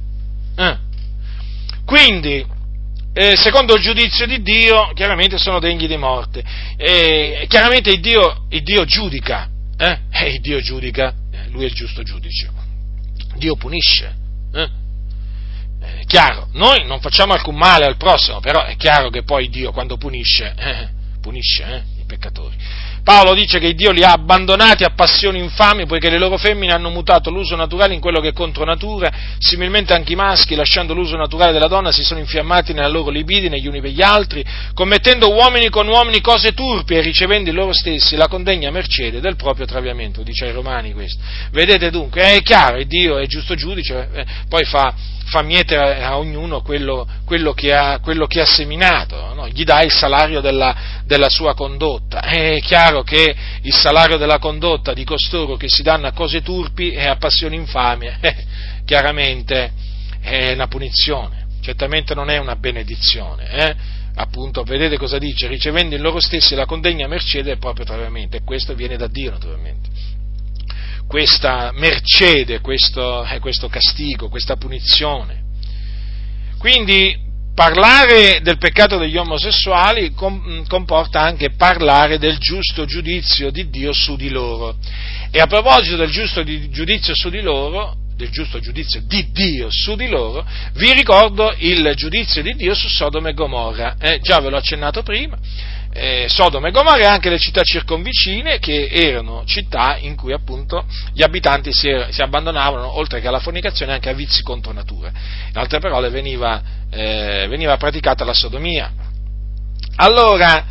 Quindi, secondo il giudizio di Dio, chiaramente sono degni di morte, chiaramente il Dio giudica, il Dio giudica, Lui è il giusto giudice, Dio punisce, chiaro, noi non facciamo alcun male al prossimo, però è chiaro che poi Dio quando punisce i peccatori. Paolo dice che Dio li ha abbandonati a passioni infami, poiché le loro femmine hanno mutato l'uso naturale in quello che è contro natura, similmente anche i maschi, lasciando l'uso naturale della donna, si sono infiammati nella loro libidine gli uni per gli altri, commettendo uomini con uomini cose turpi e ricevendo in loro stessi la condegna mercede del proprio traviamento, dice ai Romani questo. Vedete dunque, è chiaro, Dio è giusto giudice, poi fa mietere a ognuno quello che ha seminato, no? Gli dà il salario della sua condotta. È chiaro che il salario della condotta di costoro che si danno a cose turpi e a passioni infami, chiaramente è una punizione, certamente non è una benedizione, appunto, vedete cosa dice, ricevendo in loro stessi la condegna mercede del proprio traviamento, e questo viene da Dio naturalmente. Questa mercede, questo castigo, questa punizione. Quindi parlare del peccato degli omosessuali comporta anche parlare del giusto giudizio di Dio su di loro. E a proposito del giusto giudizio su di loro, del giusto giudizio di Dio su di loro, vi ricordo il giudizio di Dio su Sodoma e Gomorra. Già ve l'ho accennato prima. Sodoma e Gomorra e anche le città circonvicine, che erano città in cui appunto gli abitanti si abbandonavano, oltre che alla fornicazione, anche a vizi contro natura. In altre parole veniva praticata la sodomia. Allora,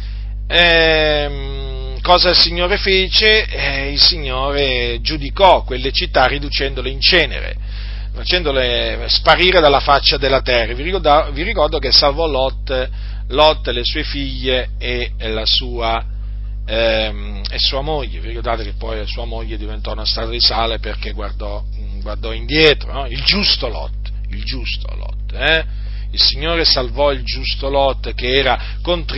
cosa il Signore fece? Il Signore giudicò quelle città riducendole in cenere, facendole sparire dalla faccia della terra. Vi ricordo che salvò Lot, le sue figlie e sua moglie. Vi ricordate che poi sua moglie diventò una strada di sale perché guardò indietro, no? Il giusto Lot. Il Signore salvò il giusto Lot che era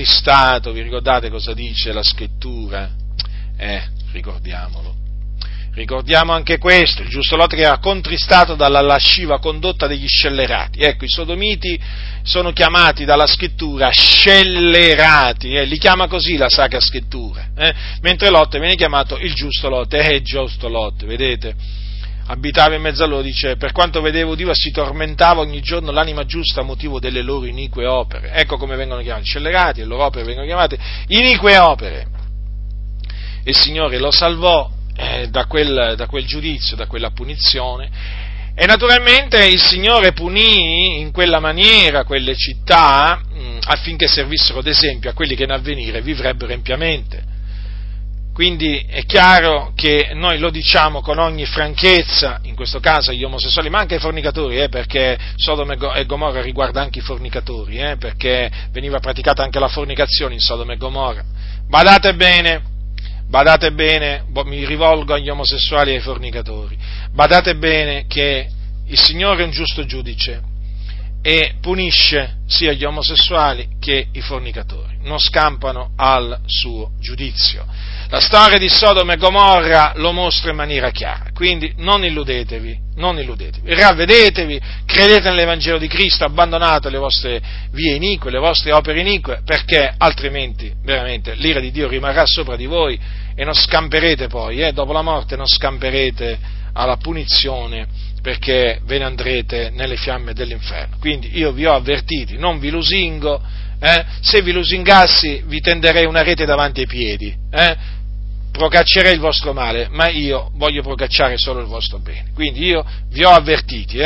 contristato. Vi ricordate cosa dice la Scrittura? Ricordiamolo. Ricordiamo anche questo, il giusto Lot che era contristato dalla lasciva condotta degli scellerati. Ecco, i sodomiti sono chiamati dalla scrittura scellerati, li chiama così la Sacra Scrittura, mentre Lot viene chiamato il giusto Lot, il giusto Lot, vedete? Abitava in mezzo a loro, dice, per quanto vedevo Dio si tormentava ogni giorno l'anima giusta a motivo delle loro inique opere. Ecco come vengono chiamati scellerati, le loro opere vengono chiamate inique opere. Il Signore lo salvò da quel giudizio, da quella punizione, e naturalmente il Signore punì in quella maniera quelle città affinché servissero d'esempio a quelli che in avvenire vivrebbero empiamente. Quindi è chiaro che noi lo diciamo con ogni franchezza, in questo caso agli omosessuali, ma anche ai fornicatori, perché Sodoma e Gomorra riguarda anche i fornicatori, perché veniva praticata anche la fornicazione in Sodoma e Gomorra. Badate bene, mi rivolgo agli omosessuali e ai fornicatori, badate bene che il Signore è un giusto giudice e punisce sia gli omosessuali che i fornicatori, non scampano al suo giudizio. La storia di Sodoma e Gomorra lo mostra in maniera chiara, quindi non illudetevi, ravvedetevi, credete nell'Evangelo di Cristo, abbandonate le vostre vie inique, le vostre opere inique, perché altrimenti veramente l'ira di Dio rimarrà sopra di voi e non scamperete poi, dopo la morte non scamperete alla punizione, perché ve ne andrete nelle fiamme dell'inferno. Quindi io vi ho avvertiti, non vi lusingo, se vi lusingassi vi tenderei una rete davanti ai piedi, procaccerei il vostro male, ma io voglio procacciare solo il vostro bene. Quindi io vi ho avvertiti.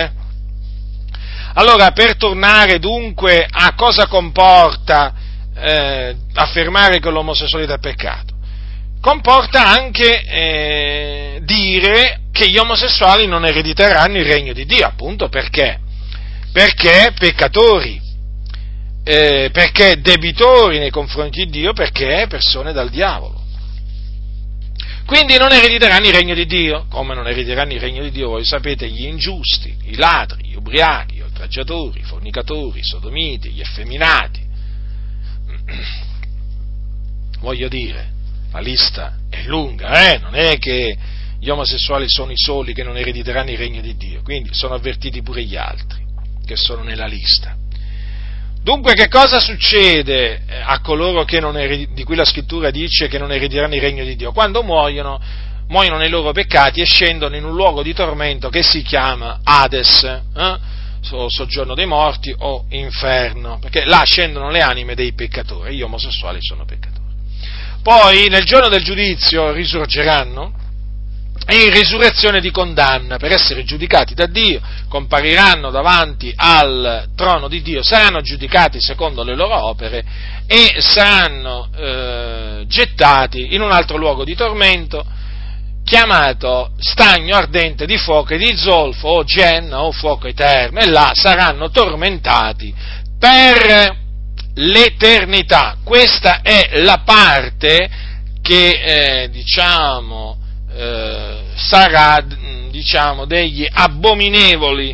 Allora, per tornare dunque a cosa comporta affermare che l'omosessualità è peccato, comporta anche dire che gli omosessuali non erediteranno il regno di Dio, appunto perché peccatori, perché debitori nei confronti di Dio, perché persone dal diavolo. Quindi non erediteranno il regno di Dio. Come non erediteranno il regno di Dio? Voi sapete, gli ingiusti, i ladri, gli ubriachi, gli oltraggiatori, i fornicatori, i sodomiti, gli effeminati. Voglio dire, la lista è lunga, non è che gli omosessuali sono i soli che non erediteranno il regno di Dio, quindi sono avvertiti pure gli altri che sono nella lista. Dunque, che cosa succede a coloro che di cui la Scrittura dice che non erediteranno il regno di Dio? Quando muoiono nei loro peccati e scendono in un luogo di tormento che si chiama Hades, o soggiorno dei morti o inferno, perché là scendono le anime dei peccatori, gli omosessuali sono peccatori. Poi nel giorno del giudizio risorgeranno in risurrezione di condanna per essere giudicati da Dio, compariranno davanti al trono di Dio, saranno giudicati secondo le loro opere e saranno gettati in un altro luogo di tormento chiamato stagno ardente di fuoco e di zolfo, o genna o fuoco eterno, e là saranno tormentati per l'eternità. Questa è la parte che sarà degli abominevoli.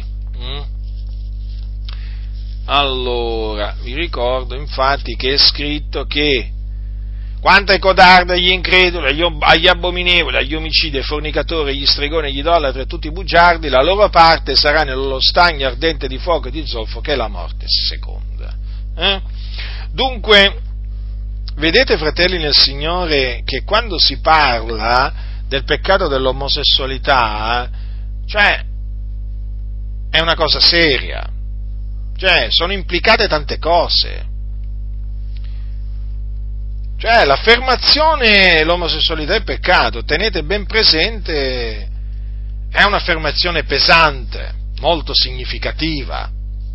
Allora, vi ricordo infatti che è scritto che quanto ai codardi, agli increduli, agli abominevoli, agli omicidi, ai fornicatori, agli stregoni, agli idolatri e tutti i bugiardi, la loro parte sarà nello stagno ardente di fuoco e di zolfo, che è la morte seconda. Dunque, vedete, fratelli nel Signore, che quando si parla del peccato dell'omosessualità, cioè, è una cosa seria, cioè, sono implicate tante cose. Cioè, l'affermazione l'omosessualità è peccato, tenete ben presente, è un'affermazione pesante, molto significativa.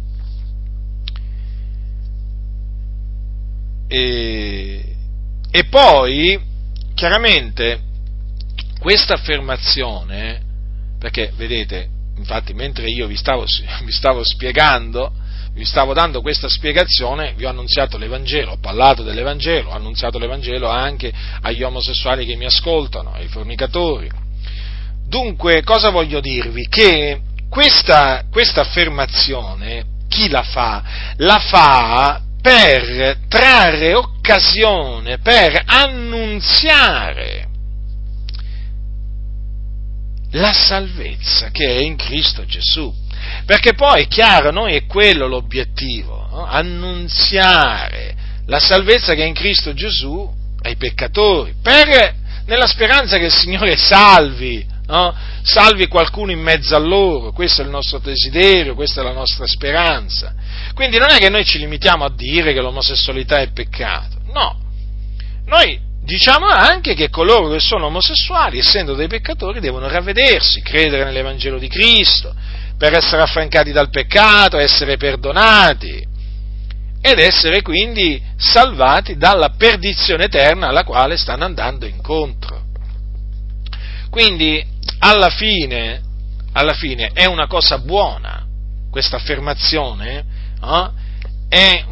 E poi, chiaramente, questa affermazione, perché, vedete, infatti, mentre io vi stavo spiegando, vi stavo dando questa spiegazione, vi ho annunziato l'Evangelo, ho parlato dell'Evangelo, ho annunziato l'Evangelo anche agli omosessuali che mi ascoltano, ai fornicatori. Dunque, cosa voglio dirvi? Che questa affermazione, chi la fa? La fa per trarre occasione, per annunziare la salvezza che è in Cristo Gesù. Perché poi, è chiaro, noi è quello l'obiettivo, no? Annunziare la salvezza che è in Cristo Gesù ai peccatori, nella speranza che il Signore salvi, no? Salvi qualcuno in mezzo a loro. Questo è il nostro desiderio, questa è la nostra speranza. Quindi non è che noi ci limitiamo a dire che l'omosessualità è peccato, no. Noi diciamo anche che coloro che sono omosessuali, essendo dei peccatori, devono ravvedersi, credere nell'Evangelo di Cristo, per essere affrancati dal peccato, essere perdonati ed essere quindi salvati dalla perdizione eterna alla quale stanno andando incontro. Quindi, alla fine è una cosa buona questa affermazione, no? È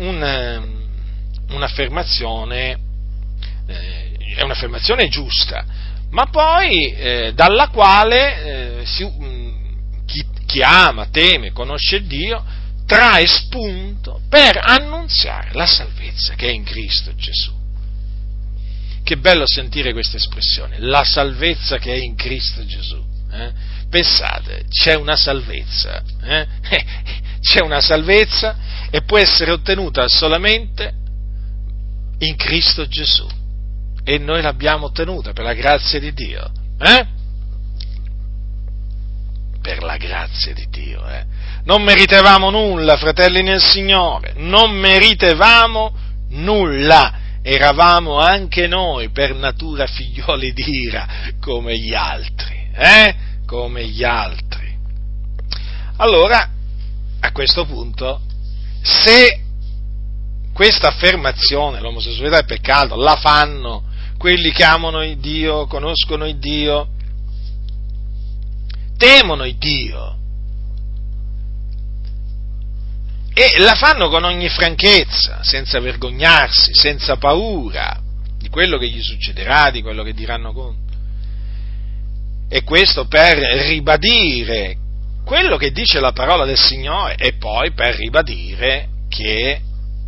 un'affermazione giusta, ma poi dalla quale chi ama, teme, conosce Dio, trae spunto per annunziare la salvezza che è in Cristo Gesù. Che bello sentire questa espressione, la salvezza che è in Cristo Gesù. Pensate, c'è una salvezza, c'è una salvezza e può essere ottenuta solamente in Cristo Gesù. E noi l'abbiamo ottenuta per la grazia di Dio. Per la grazia di Dio. Non meritavamo nulla, fratelli nel Signore, non meritavamo nulla. Eravamo anche noi per natura figlioli di ira come gli altri, come gli altri. Allora, a questo punto, se questa affermazione, l'omosessualità è peccato, la fanno quelli che amano il Dio, conoscono il Dio, temono il Dio, e la fanno con ogni franchezza, senza vergognarsi, senza paura di quello che gli succederà, di quello che diranno contro. E questo per ribadire quello che dice la parola del Signore e poi per ribadire che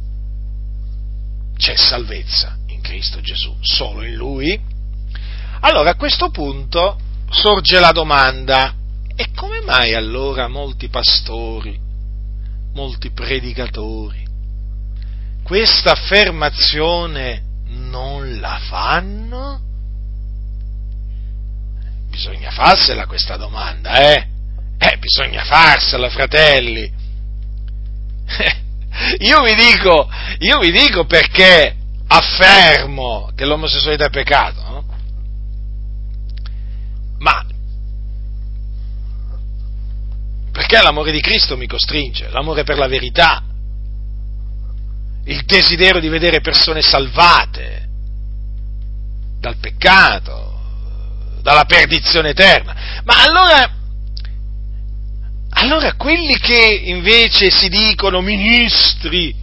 c'è salvezza in Cristo Gesù, solo in Lui. Allora a questo punto sorge la domanda: e come mai allora molti pastori, molti predicatori, questa affermazione non la fanno? Bisogna farsela questa domanda, bisogna farsela, fratelli. Io vi dico perché affermo che l'omosessualità è peccato, no? Ma perché l'amore di Cristo mi costringe, l'amore per la verità, il desiderio di vedere persone salvate dal peccato, dalla perdizione eterna. Ma allora quelli che invece si dicono ministri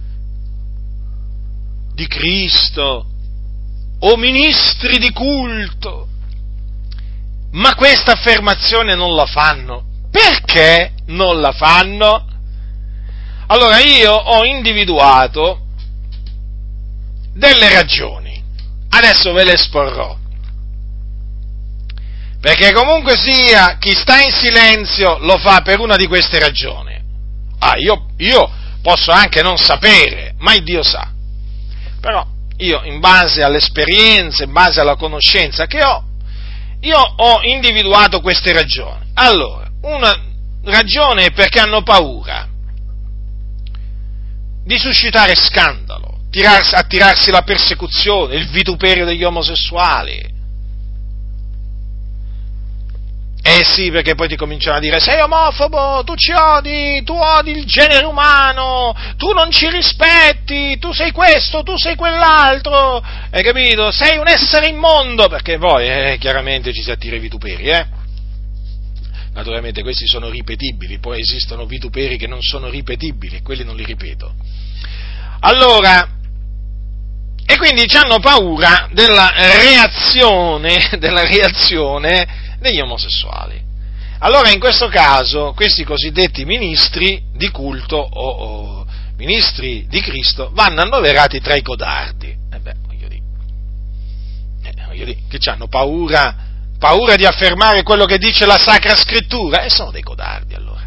di Cristo o ministri di culto, ma questa affermazione non la fanno. Perché non la fanno? Allora io ho individuato delle ragioni, adesso ve le esporrò, perché comunque sia chi sta in silenzio lo fa per una di queste ragioni. Io posso anche non sapere, ma il Dio sa, però io in base all'esperienza, in base alla conoscenza che ho, io ho individuato queste ragioni. Allora, una ragione è perché hanno paura di suscitare scandalo, attirarsi la persecuzione, il vituperio degli omosessuali. Sì, perché poi ti cominciano a dire: sei omofobo, tu ci odi, tu odi il genere umano, tu non ci rispetti, tu sei questo, tu sei quell'altro, hai capito? Sei un essere immondo, perché poi chiaramente ci si attira i vituperi, Naturalmente questi sono ripetibili, poi esistono vituperi che non sono ripetibili e quelli non li ripeto. Allora, e quindi hanno paura della reazione degli omosessuali. Allora in questo caso questi cosiddetti ministri di culto o ministri di Cristo vanno annoverati tra i codardi. Voglio dire, che hanno paura Paura di affermare quello che dice la Sacra Scrittura? E sono dei codardi, allora.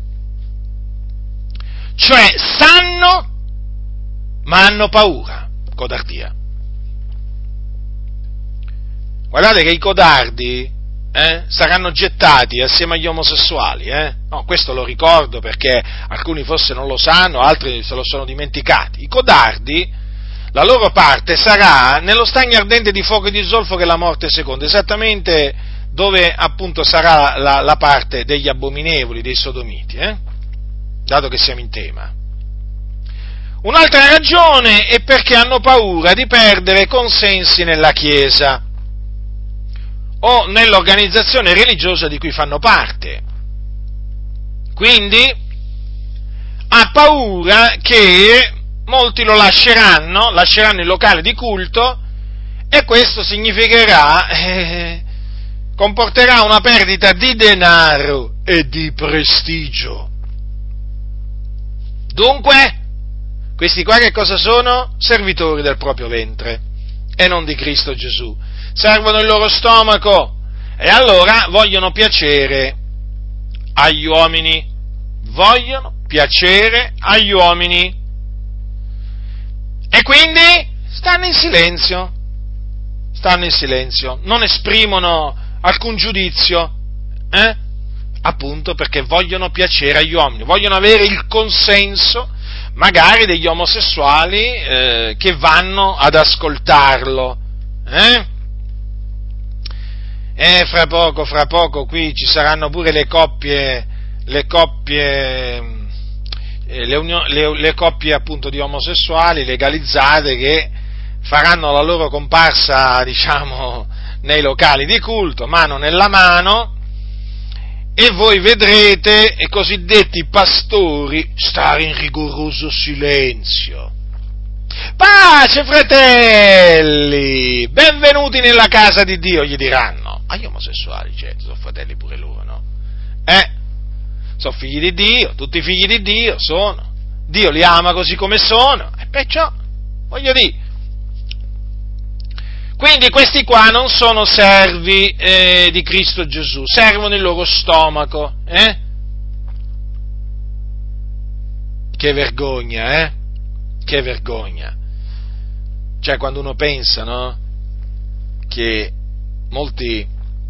Cioè, sanno, ma hanno paura. Codardia. Guardate che i codardi saranno gettati assieme agli omosessuali. No, questo lo ricordo perché alcuni forse non lo sanno, altri se lo sono dimenticati. I codardi, la loro parte sarà nello stagno ardente di fuoco e di zolfo che è la morte seconda, esattamente dove appunto sarà la parte degli abominevoli, dei sodomiti, dato che siamo in tema. Un'altra ragione è perché hanno paura di perdere consensi nella Chiesa o nell'organizzazione religiosa di cui fanno parte. Quindi ha paura che molti lo lasceranno il locale di culto, e questo significherà, comporterà una perdita di denaro e di prestigio. Dunque, questi qua che cosa sono? Servitori del proprio ventre e non di Cristo Gesù. Servono il loro stomaco e allora vogliono piacere agli uomini. Vogliono piacere agli uomini. E quindi stanno in silenzio, non esprimono alcun giudizio, appunto perché vogliono piacere agli uomini, vogliono avere il consenso magari degli omosessuali che vanno ad ascoltarlo. Fra poco qui ci saranno pure le coppie appunto di omosessuali legalizzate che faranno la loro comparsa, diciamo, nei locali di culto, mano nella mano, e voi vedrete i cosiddetti pastori stare in rigoroso silenzio. Pace, fratelli! Benvenuti nella casa di Dio, gli diranno. Agli omosessuali, certo, sono fratelli pure loro, no? Sono figli di Dio, tutti figli di Dio sono. Dio li ama così come sono, e perciò, voglio dire. Quindi questi qua non sono servi di Cristo Gesù, servono il loro stomaco, Che vergogna, Che vergogna. Cioè, quando uno pensa, no? Che molti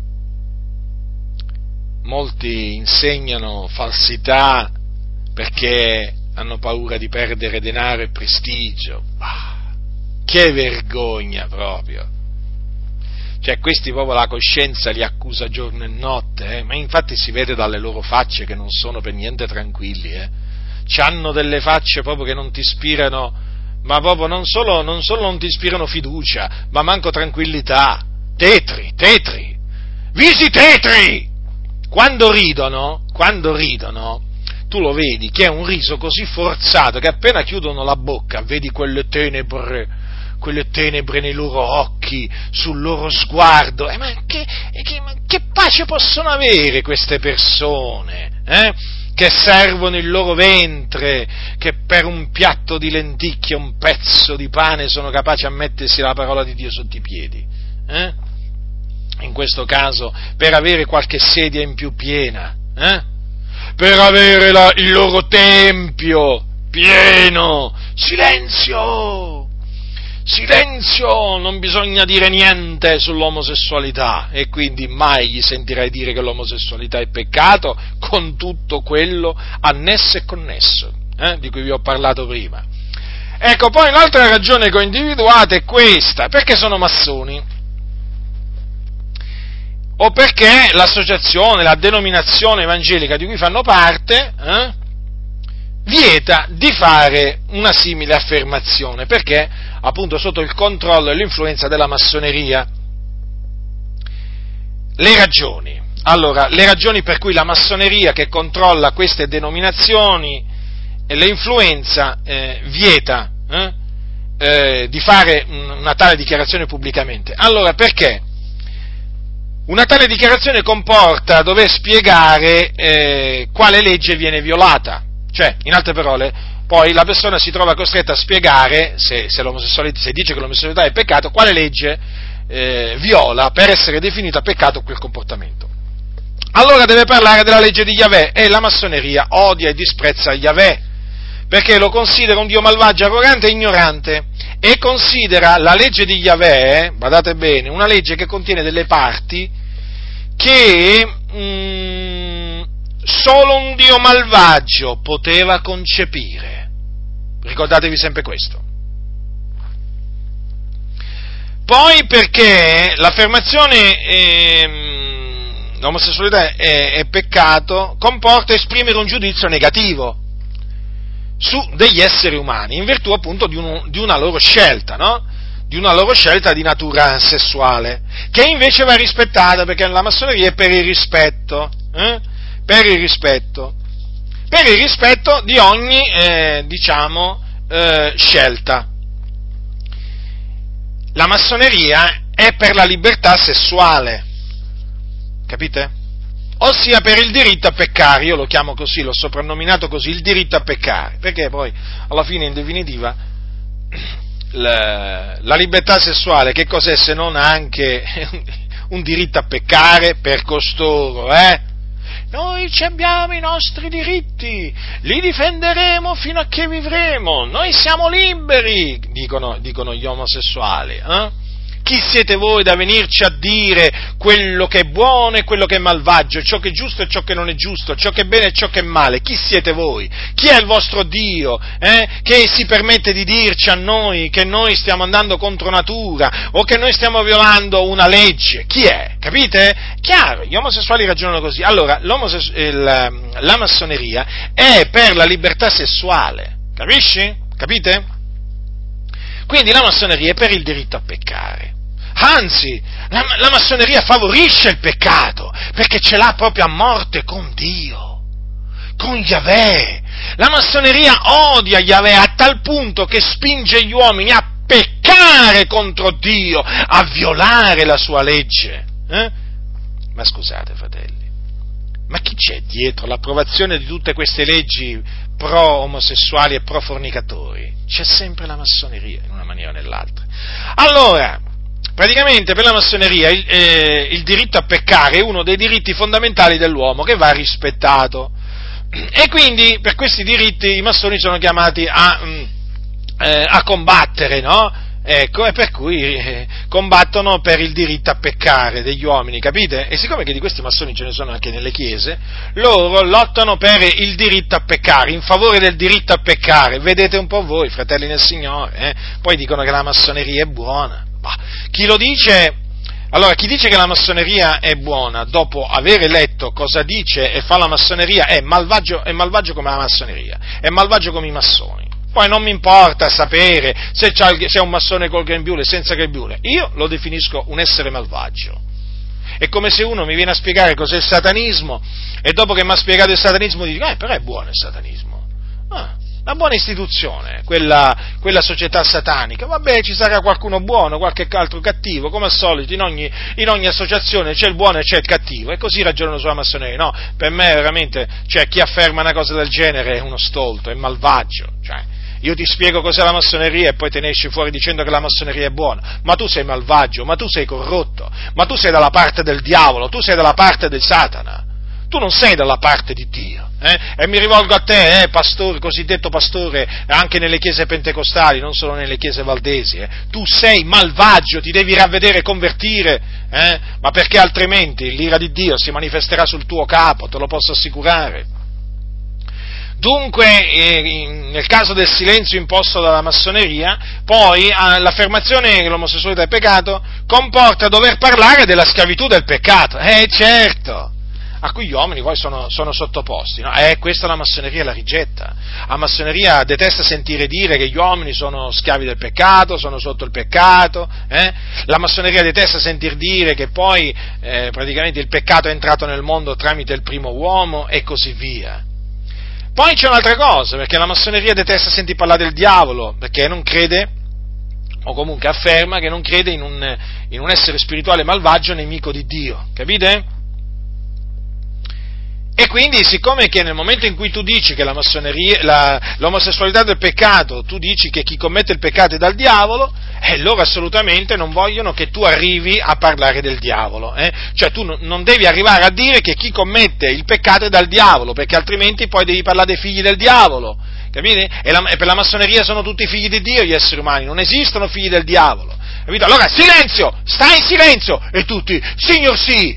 insegnano falsità perché hanno paura di perdere denaro e prestigio. Che vergogna proprio. Cioè, questi proprio la coscienza li accusa giorno e notte, ma infatti si vede dalle loro facce che non sono per niente tranquilli, C'hanno delle facce proprio che non ti ispirano, ma proprio non solo non ti ispirano fiducia, ma manco tranquillità. Tetri, visi tetri! Quando ridono, tu lo vedi che è un riso così forzato che appena chiudono la bocca vedi quelle tenebre nei loro occhi, sul loro sguardo. Ma che pace possono avere queste persone, che servono il loro ventre, che per un piatto di lenticchie, un pezzo di pane sono capaci a mettersi la parola di Dio sotto i piedi, in questo caso per avere qualche sedia in più piena, per avere il loro tempio pieno. Silenzio, non bisogna dire niente sull'omosessualità, e quindi mai gli sentirai dire che l'omosessualità è peccato, con tutto quello annesso e connesso, di cui vi ho parlato prima. Ecco, poi un'altra ragione che ho individuato è questa: perché sono massoni, o perché l'associazione, la denominazione evangelica di cui fanno parte, vieta di fare una simile affermazione, perché appunto sotto il controllo e l'influenza della massoneria. Le ragioni per cui la massoneria, che controlla queste denominazioni e le influenza, vieta di fare una tale dichiarazione pubblicamente. Allora, perché? Una tale dichiarazione comporta dover spiegare quale legge viene violata. Cioè, in altre parole, poi la persona si trova costretta a spiegare, se dice che l'omosessualità è peccato, quale legge viola per essere definita peccato quel comportamento. Allora deve parlare della legge di Yahweh, e la massoneria odia e disprezza Yahweh, perché lo considera un Dio malvagio, arrogante e ignorante, e considera la legge di Yahweh, badate bene, una legge che contiene delle parti che solo un Dio malvagio poteva concepire. Ricordatevi sempre questo. Poi perché l'affermazione l'omosessualità è peccato comporta esprimere un giudizio negativo su degli esseri umani, in virtù appunto di una loro scelta, no? Di una loro scelta di natura sessuale, che invece va rispettata, perché la massoneria è per il rispetto di ogni, scelta. La massoneria è per la libertà sessuale, capite? Ossia per il diritto a peccare, io lo chiamo così, l'ho soprannominato così, il diritto a peccare, perché poi alla fine, in definitiva, la libertà sessuale che cos'è se non anche un diritto a peccare per costoro, Noi abbiamo i nostri diritti, li difenderemo fino a che vivremo, noi siamo liberi, dicono gli omosessuali, Chi siete voi da venirci a dire quello che è buono e quello che è malvagio, ciò che è giusto e ciò che non è giusto, ciò che è bene e ciò che è male? Chi siete voi? Chi è il vostro Dio, che si permette di dirci a noi che noi stiamo andando contro natura o che noi stiamo violando una legge? Chi è? Capite? Chiaro, gli omosessuali ragionano così. Allora, la massoneria è per la libertà sessuale, capisci? Capite? Quindi la massoneria è per il diritto a peccare. Anzi, la massoneria favorisce il peccato, perché ce l'ha proprio a morte con Dio, con Yahweh. La massoneria odia Yahweh a tal punto che spinge gli uomini a peccare contro Dio, a violare la sua legge. Ma scusate, fratelli, ma chi c'è dietro l'approvazione di tutte queste leggi pro-omosessuali e pro-fornicatori? C'è sempre la massoneria, in una maniera o nell'altra. Allora, praticamente per la massoneria il diritto a peccare è uno dei diritti fondamentali dell'uomo che va rispettato, e quindi per questi diritti i massoni sono chiamati a combattere, no? Ecco, e per cui combattono per il diritto a peccare degli uomini, capite? E siccome che di questi massoni ce ne sono anche nelle chiese, loro lottano per il diritto a peccare, in favore del diritto a peccare. Vedete un po' voi, fratelli nel Signore, poi dicono che la massoneria è buona. Ma chi lo dice? Allora, chi dice che la massoneria è buona, dopo aver letto cosa dice e fa la massoneria, è malvagio come la massoneria, è malvagio come i massoni. Poi non mi importa sapere se è un massone col grembiule, senza grembiule, io lo definisco un essere malvagio. È come se uno mi viene a spiegare cos'è il satanismo, e dopo che mi ha spiegato il satanismo dico, però è buono il satanismo, una buona istituzione, quella società satanica. Vabbè, ci sarà qualcuno buono, qualche altro cattivo, come al solito in ogni associazione c'è il buono e c'è il cattivo, e così ragionano sulla massoneria. No, per me veramente, chi afferma una cosa del genere è uno stolto, è malvagio, io ti spiego cos'è la massoneria e poi te ne esci fuori dicendo che la massoneria è buona, ma tu sei malvagio, ma tu sei corrotto, ma tu sei dalla parte del diavolo, tu sei dalla parte del Satana, tu non sei dalla parte di Dio, E mi rivolgo a te, pastore, cosiddetto pastore, anche nelle chiese pentecostali, non solo nelle chiese valdesi, tu sei malvagio, ti devi ravvedere e convertire, ma perché altrimenti l'ira di Dio si manifesterà sul tuo capo, te lo posso assicurare. Dunque, nel caso del silenzio imposto dalla massoneria, poi l'affermazione che l'omosessualità è peccato comporta dover parlare della schiavitù del peccato, certo, a cui gli uomini poi sono sottoposti, no? Questa la massoneria la rigetta. La massoneria detesta sentire dire che gli uomini sono schiavi del peccato, sono sotto il peccato, La massoneria detesta sentir dire che poi praticamente il peccato è entrato nel mondo tramite il primo uomo e così via. Poi c'è un'altra cosa, perché la massoneria detesta sentir parlare del diavolo, perché non crede, o comunque afferma che non crede in un essere spirituale malvagio nemico di Dio, capite? E quindi, siccome che nel momento in cui tu dici che la massoneria, l'omosessualità è del peccato, tu dici che chi commette il peccato è dal diavolo, loro assolutamente non vogliono che tu arrivi a parlare del diavolo. Cioè tu non devi arrivare a dire che chi commette il peccato è dal diavolo, perché altrimenti poi devi parlare dei figli del diavolo, capite? E per la massoneria sono tutti figli di Dio gli esseri umani, non esistono figli del diavolo. Capito? Allora, silenzio! Stai in silenzio! E tutti, signor sì,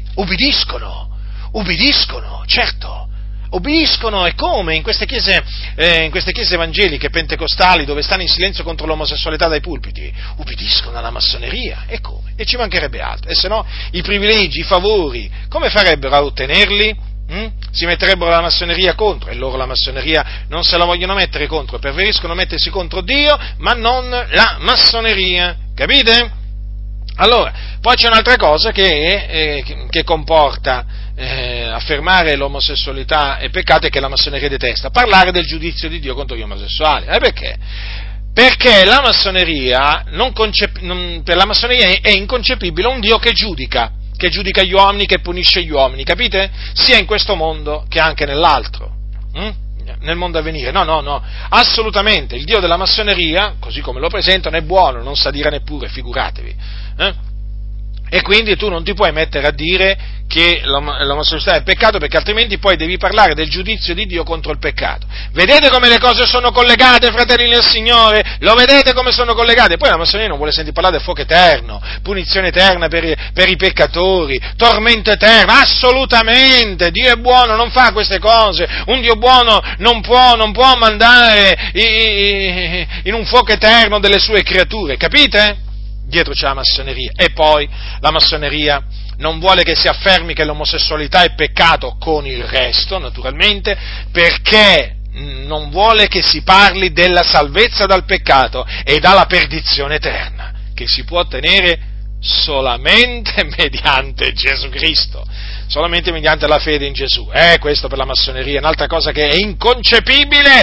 ubbidiscono, certo, obbediscono. E come? In queste chiese evangeliche, pentecostali, dove stanno in silenzio contro l'omosessualità dai pulpiti, ubbidiscono alla massoneria. E come? E ci mancherebbe altro. E se no, i privilegi, i favori, come farebbero a ottenerli? Si metterebbero la massoneria contro, e loro la massoneria non se la vogliono mettere contro, preferiscono mettersi contro Dio, ma non la massoneria, capite? Allora, poi c'è un'altra cosa che comporta affermare l'omosessualità è peccato e che la massoneria detesta: parlare del giudizio di Dio contro gli omosessuali. Perché? Perché la massoneria per la massoneria è inconcepibile un Dio che giudica gli uomini, che punisce gli uomini, capite? Sia in questo mondo che anche nell'altro, nel mondo a venire. No, assolutamente, il Dio della massoneria, così come lo presentano, è buono, non sa dire neppure, figuratevi. E quindi tu non ti puoi mettere a dire che l'omosessualità è peccato, perché altrimenti poi devi parlare del giudizio di Dio contro il peccato. Vedete come le cose sono collegate, fratelli del Signore? Lo vedete come sono collegate? Poi la massoneria non vuole sentire parlare del fuoco eterno, punizione eterna per i peccatori, tormento eterno. Assolutamente, Dio è buono, non fa queste cose. Un Dio buono non può mandare in un fuoco eterno delle sue creature, capite? Dietro c'è la massoneria. E poi la massoneria non vuole che si affermi che l'omosessualità è peccato con il resto, naturalmente, perché non vuole che si parli della salvezza dal peccato e dalla perdizione eterna, che si può ottenere solamente mediante Gesù Cristo, solamente mediante la fede in Gesù. Questo per la massoneria è un'altra cosa che è inconcepibile,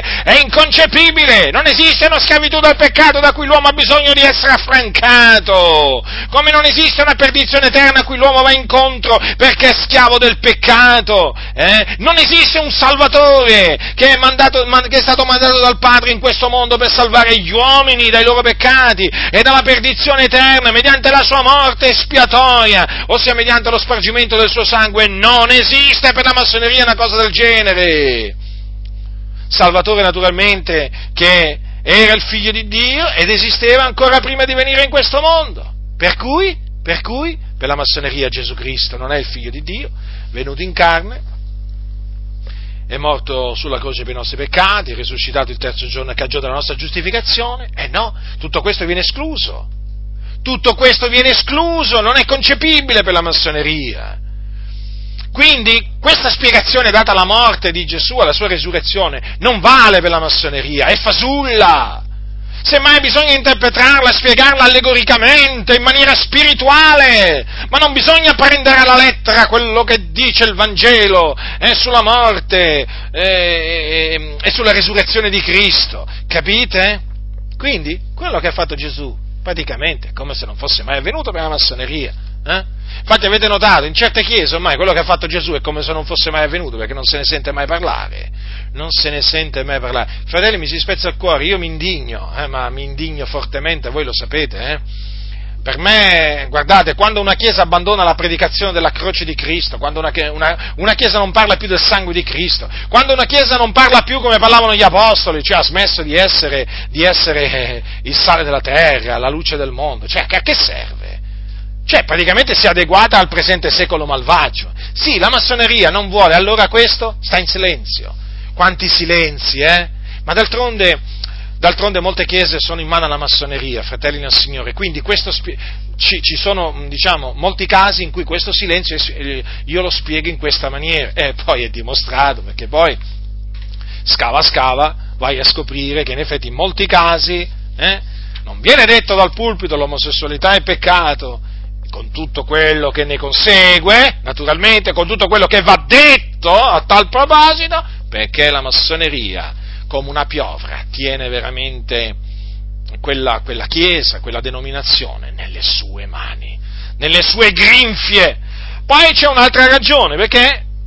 non esiste una schiavitù del peccato da cui l'uomo ha bisogno di essere affrancato, come non esiste una perdizione eterna a cui l'uomo va incontro perché è schiavo del peccato, non esiste un Salvatore che è stato mandato dal Padre in questo mondo per salvare gli uomini dai loro peccati e dalla perdizione eterna mediante la sua morte espiatoria, ossia mediante lo spargimento del suo sangue. Non esiste per la massoneria una cosa del genere. Salvatore, naturalmente, che era il figlio di Dio ed esisteva ancora prima di venire in questo mondo. Per cui per la massoneria Gesù Cristo non è il figlio di Dio, venuto in carne, è morto sulla croce per i nostri peccati, è risuscitato il terzo giorno a cagione della nostra giustificazione. No, tutto questo viene escluso. Non è concepibile per la massoneria. Quindi questa spiegazione data alla morte di Gesù, alla sua resurrezione, non vale per la massoneria, è fasulla. Semmai bisogna interpretarla, spiegarla allegoricamente, in maniera spirituale, ma non bisogna prendere alla lettera quello che dice il Vangelo sulla morte e sulla resurrezione di Cristo, capite? Quindi, quello che ha fatto Gesù, praticamente, è come se non fosse mai avvenuto per la massoneria. Infatti avete notato, in certe chiese ormai quello che ha fatto Gesù è come se non fosse mai avvenuto, perché non se ne sente mai parlare. Fratelli, mi si spezza il cuore, io mi indigno, ma mi indigno fortemente, voi lo sapete, Per me, guardate, quando una chiesa abbandona la predicazione della croce di Cristo, quando una chiesa non parla più del sangue di Cristo, quando una chiesa non parla più come parlavano gli apostoli, cioè ha smesso di essere il sale della terra, la luce del mondo, cioè a che serve? Cioè, praticamente si è adeguata al presente secolo malvagio. Sì, la massoneria non vuole, allora questo sta in silenzio. Quanti silenzi, Ma d'altronde molte chiese sono in mano alla massoneria, fratelli nel Signore, quindi ci sono, molti casi in cui questo silenzio io lo spiego in questa maniera, e poi è dimostrato, perché poi scava, vai a scoprire che in effetti in molti casi, non viene detto dal pulpito l'omosessualità è peccato, con tutto quello che ne consegue, naturalmente, con tutto quello che va detto a tal proposito, perché la massoneria, come una piovra, tiene veramente quella chiesa, quella denominazione nelle sue mani, nelle sue grinfie. Poi c'è un'altra ragione, perché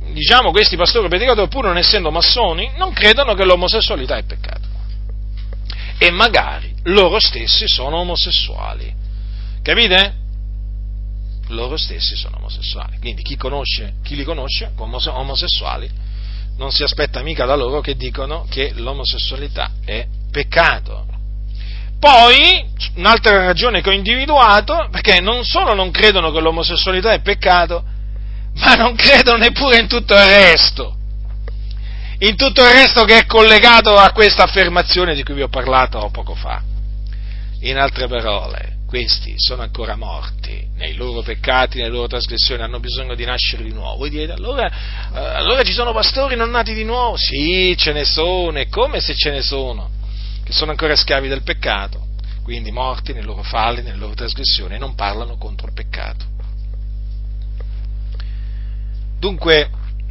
diciamo, questi pastori predicatori, pur non essendo massoni, non credono che l'omosessualità è peccato. E magari loro stessi sono omosessuali. Capite? Loro stessi sono omosessuali. Quindi chi li conosce come omosessuali non si aspetta mica da loro che dicono che l'omosessualità è peccato. Poi, un'altra ragione che ho individuato, perché non solo non credono che l'omosessualità è peccato, ma non credono neppure in tutto il resto. In tutto il resto che è collegato a questa affermazione di cui vi ho parlato poco fa. In altre parole, questi sono ancora morti nei loro peccati, nelle loro trasgressioni, hanno bisogno di nascere di nuovo. Voi direte, allora ci sono pastori non nati di nuovo? Sì, ce ne sono, e come se ce ne sono, che sono ancora schiavi del peccato, quindi morti nei loro falli, nelle loro trasgressioni, e non parlano contro il peccato. Dunque,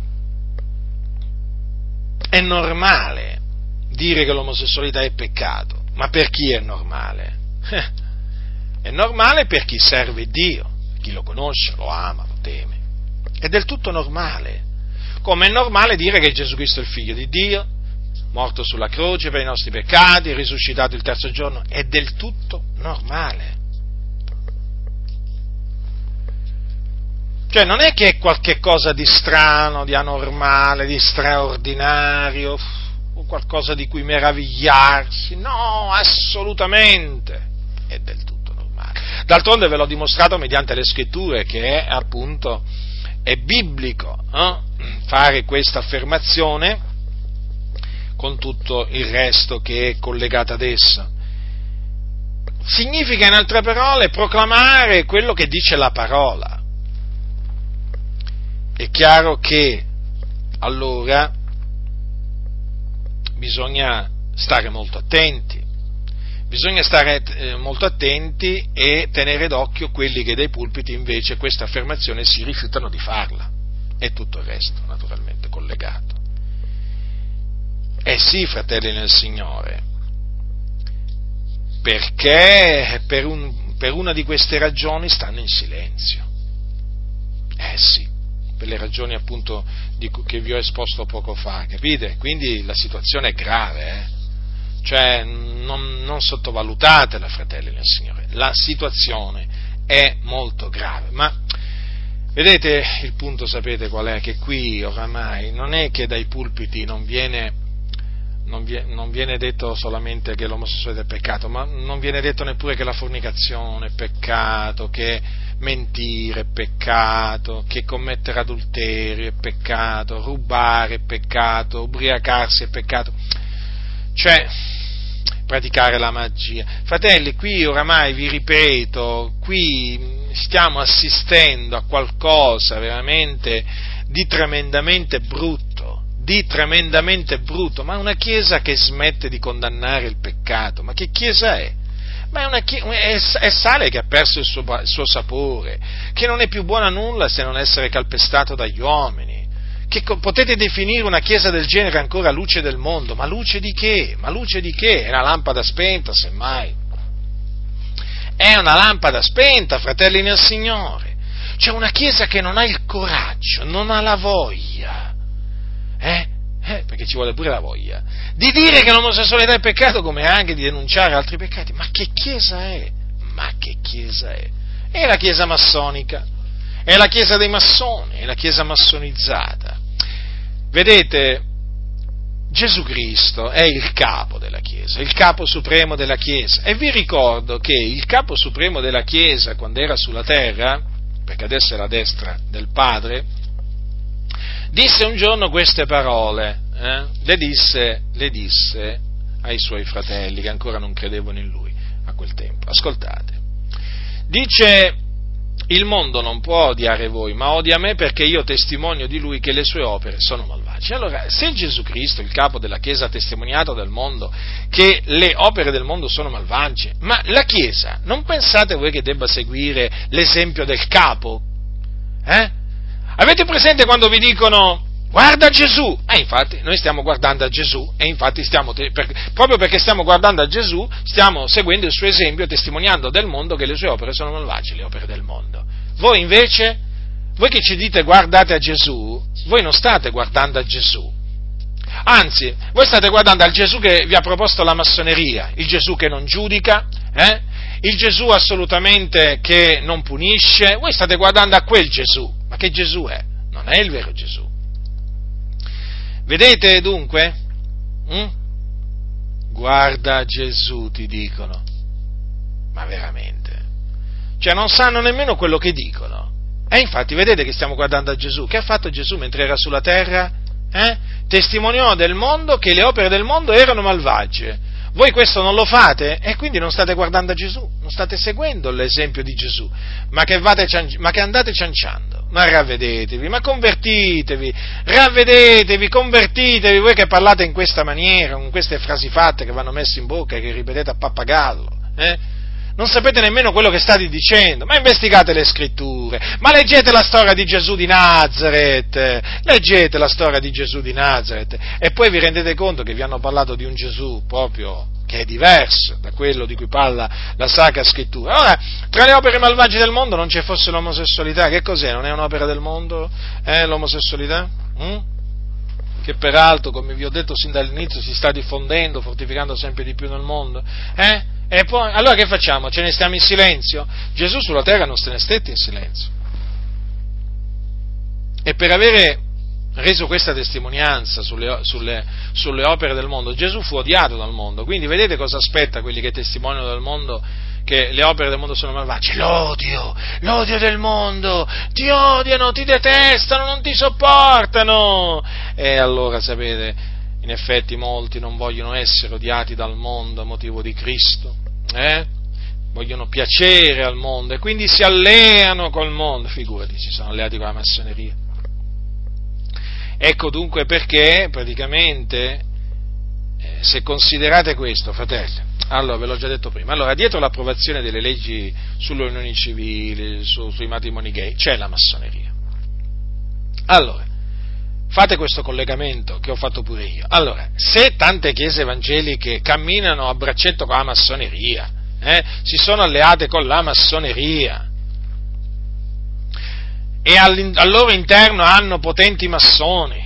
è normale dire che l'omosessualità è peccato, ma per chi è normale? È normale per chi serve Dio, chi lo conosce, lo ama, lo teme. È del tutto normale. Come è normale dire che Gesù Cristo è il Figlio di Dio, morto sulla croce per i nostri peccati, risuscitato il terzo giorno, è del tutto normale. Cioè non è che è qualche cosa di strano, di anormale, di straordinario, o qualcosa di cui meravigliarsi, no, assolutamente, è del tutto normale. D'altronde ve l'ho dimostrato mediante le scritture che è biblico fare questa affermazione con tutto il resto che è collegato ad essa. Significa, in altre parole, proclamare quello che dice la parola. È chiaro che allora bisogna stare molto attenti e tenere d'occhio quelli che dai pulpiti invece questa affermazione si rifiutano di farla, e tutto il resto naturalmente collegato. Eh sì, fratelli nel Signore, perché per una di queste ragioni stanno in silenzio. Sì, per le ragioni appunto che vi ho esposto poco fa, capite? Quindi la situazione è grave, Cioè non sottovalutatela, fratelli nel Signore, la situazione è molto grave, ma vedete, il punto sapete qual è? Che qui oramai non è che dai pulpiti non viene detto solamente che l'omosessualità è peccato, ma non viene detto neppure che la fornicazione è peccato, che mentire è peccato, che commettere adulterio è peccato, rubare è peccato, ubriacarsi è peccato, cioè praticare la magia. Fratelli, qui oramai vi ripeto, qui stiamo assistendo a qualcosa veramente di tremendamente brutto, ma una Chiesa che smette di condannare il peccato, ma che Chiesa è? Ma è sale che ha perso il suo sapore, che non è più buona a nulla se non essere calpestato dagli uomini. Che potete definire una Chiesa del genere ancora luce del mondo, ma luce di che? È una lampada spenta, semmai. È una lampada spenta, fratelli nel Signore. C'è una Chiesa che non ha il coraggio, non ha la voglia, perché ci vuole pure la voglia, di dire che l'omosessualità è peccato, come anche di denunciare altri peccati. Ma che Chiesa è? È la Chiesa massonica, è la Chiesa dei massoni, è la Chiesa massonizzata. Vedete, Gesù Cristo è il capo della Chiesa, il capo supremo della Chiesa, e vi ricordo che il capo supremo della Chiesa, quando era sulla terra, perché adesso è alla destra del Padre, disse un giorno queste parole, le disse ai suoi fratelli che ancora non credevano in lui a quel tempo. Ascoltate, dice: il mondo non può odiare voi, ma odia me, perché io testimonio di lui che le sue opere sono malvagie. Allora, se Gesù Cristo, il capo della Chiesa, ha testimoniato del mondo che le opere del mondo sono malvagie, ma la Chiesa, non pensate voi che debba seguire l'esempio del capo? Avete presente quando vi dicono: guarda Gesù? Infatti, noi stiamo guardando a Gesù, e infatti proprio perché stiamo guardando a Gesù, stiamo seguendo il suo esempio, testimoniando del mondo che le sue opere sono malvagie, le opere del mondo. Voi invece voi che ci dite guardate a Gesù, voi non state guardando a Gesù. Anzi, voi state guardando al Gesù che vi ha proposto la massoneria, il Gesù che non giudica, il Gesù assolutamente che non punisce, voi state guardando a quel Gesù, ma che Gesù è? Non è il vero Gesù. Vedete dunque? Guarda Gesù, ti dicono, ma veramente? Cioè non sanno nemmeno quello che dicono. E infatti vedete che stiamo guardando a Gesù. Che ha fatto Gesù mentre era sulla terra? Testimoniò del mondo che le opere del mondo erano malvagie. Voi questo non lo fate e quindi non state guardando a Gesù, non state seguendo l'esempio di Gesù, ma che andate cianciando. Ma ravvedetevi, ma convertitevi, convertitevi, voi che parlate in questa maniera, con queste frasi fatte che vanno messe in bocca e che ripetete a pappagallo, Non sapete nemmeno quello che state dicendo, ma investigate le scritture, ma leggete la storia di Gesù di Nazaret, e poi vi rendete conto che vi hanno parlato di un Gesù proprio che è diverso da quello di cui parla la Sacra Scrittura. Ora, tra le opere malvagie del mondo non ci fosse l'omosessualità, che cos'è? Non è un'opera del mondo? L'omosessualità? Che peraltro, come vi ho detto sin dall'inizio, si sta diffondendo, fortificando sempre di più nel mondo, E poi, allora che facciamo? Ce ne stiamo in silenzio? Gesù sulla terra non se ne stette in silenzio. E per avere reso questa testimonianza sulle opere del mondo, Gesù fu odiato dal mondo. Quindi vedete cosa aspetta quelli che testimoniano del mondo che le opere del mondo sono malvagie? L'odio del mondo, ti odiano, ti detestano, non ti sopportano. E allora sapete, in effetti molti non vogliono essere odiati dal mondo a motivo di Cristo, vogliono piacere al mondo e quindi si alleano col mondo. Figurati, si sono alleati con la massoneria. Ecco dunque perché praticamente, se considerate questo, fratelli, allora ve l'ho già detto prima, allora dietro l'approvazione delle leggi sulle unioni civili, sui matrimoni gay, c'è la massoneria. Allora, fate questo collegamento che ho fatto pure io. Allora, se tante chiese evangeliche camminano a braccetto con la massoneria, si sono alleate con la massoneria, e al loro interno hanno potenti massoni,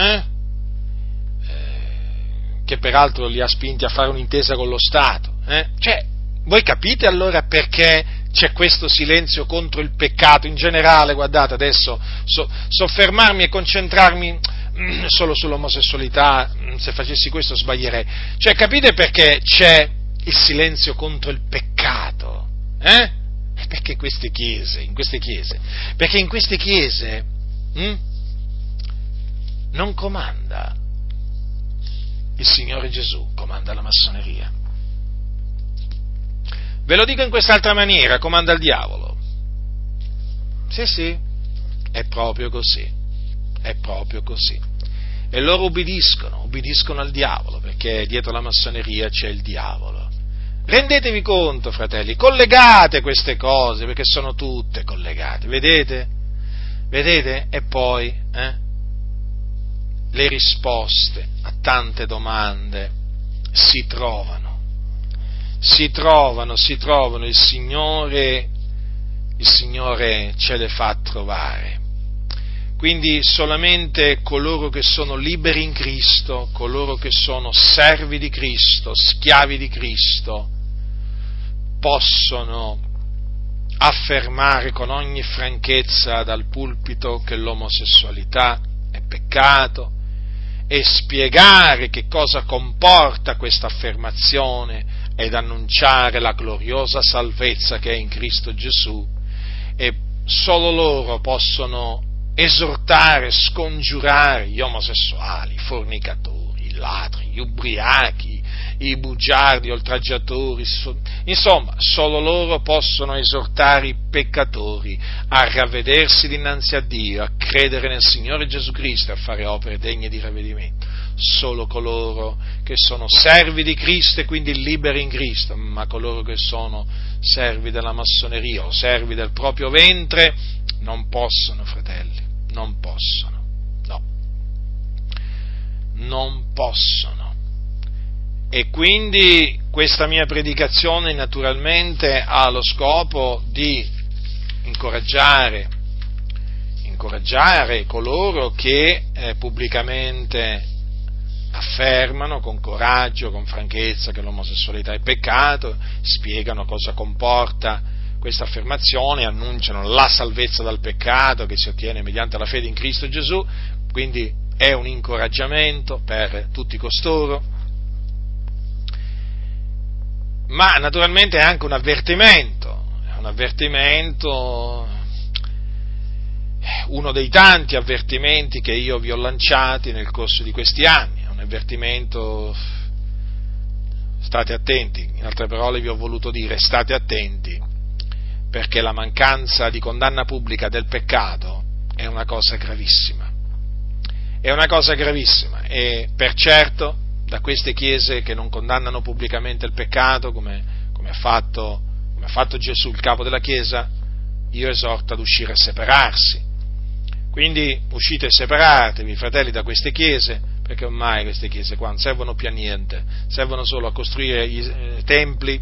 che peraltro li ha spinti a fare un'intesa con lo Stato, cioè, voi capite allora perché c'è questo silenzio contro il peccato in generale? Guardate, adesso soffermarmi e concentrarmi solo sull'omosessualità, se facessi questo sbaglierei. Cioè, capite perché c'è il silenzio contro il peccato? Perché in queste chiese, perché in queste chiese non comanda il Signore Gesù, comanda la massoneria. Ve lo dico in quest'altra maniera, comanda il diavolo. Sì, è proprio così. E loro obbediscono al diavolo, perché dietro la massoneria c'è il diavolo. Rendetevi conto, fratelli, collegate queste cose, perché sono tutte collegate, vedete? E poi, le risposte a tante domande si trovano, il Signore ce le fa trovare. Quindi solamente coloro che sono liberi in Cristo, coloro che sono servi di Cristo, schiavi di Cristo, possono affermare con ogni franchezza dal pulpito che l'omosessualità è peccato e spiegare che cosa comporta questa affermazione ed annunciare la gloriosa salvezza che è in Cristo Gesù, e solo loro possono esortare, scongiurare gli omosessuali, i fornicatori, i ladri, gli ubriachi, i bugiardi, gli oltraggiatori, insomma, solo loro possono esortare i peccatori a ravvedersi dinanzi a Dio, a credere nel Signore Gesù Cristo e a fare opere degne di ravvedimento. Solo coloro che sono servi di Cristo e quindi liberi in Cristo, ma coloro che sono servi della massoneria o servi del proprio ventre non possono, fratelli, non possono, non possono. E quindi questa mia predicazione naturalmente ha lo scopo di incoraggiare incoraggiare coloro che pubblicamente affermano con coraggio, con franchezza che l'omosessualità è peccato, spiegano cosa comporta questa affermazione, annunciano la salvezza dal peccato che si ottiene mediante la fede in Cristo Gesù, quindi è un incoraggiamento per tutti costoro, ma naturalmente è anche un avvertimento, uno dei tanti avvertimenti che io vi ho lanciati nel corso di questi anni. Avvertimento, state attenti, in altre parole vi ho voluto dire state attenti, perché la mancanza di condanna pubblica del peccato è una cosa gravissima, e per certo da queste chiese che non condannano pubblicamente il peccato, come ha fatto Gesù, il capo della chiesa, io esorto ad uscire e separarsi. Quindi uscite e separatevi, fratelli, da queste chiese, perché ormai queste chiese qua non servono più a niente, servono solo a costruire templi,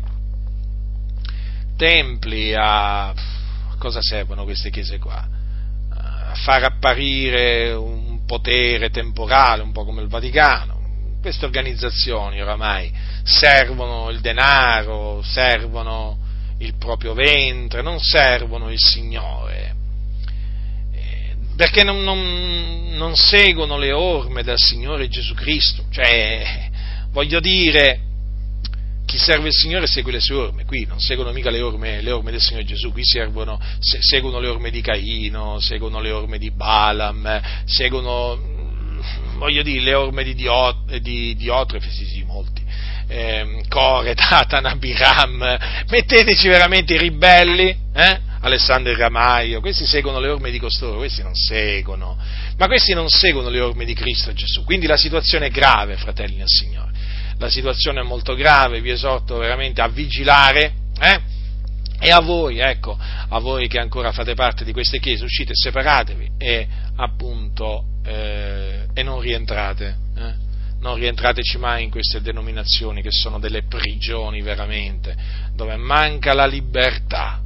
a cosa servono queste chiese qua? A far apparire un potere temporale, un po' come il Vaticano. Queste organizzazioni oramai servono il denaro, servono il proprio ventre, non servono il Signore, perché non seguono le orme del Signore Gesù Cristo. Cioè, voglio dire, chi serve il Signore segue le sue orme. Qui non seguono mica le orme del Signore Gesù, qui seguono le orme di Caino, seguono le orme di Balaam, seguono, voglio dire, le orme di Diotrefes, sì, molti, Core, Datan, Abiram. Metteteci veramente i ribelli, Alessandro il Ramaio, questi seguono le orme di costoro, questi non seguono le orme di Cristo Gesù. Quindi la situazione è grave, fratelli nel Signore, la situazione è molto grave, vi esorto veramente a vigilare, e a voi che ancora fate parte di queste chiese, uscite e separatevi e appunto e non rientrateci mai in queste denominazioni che sono delle prigioni veramente, dove manca la libertà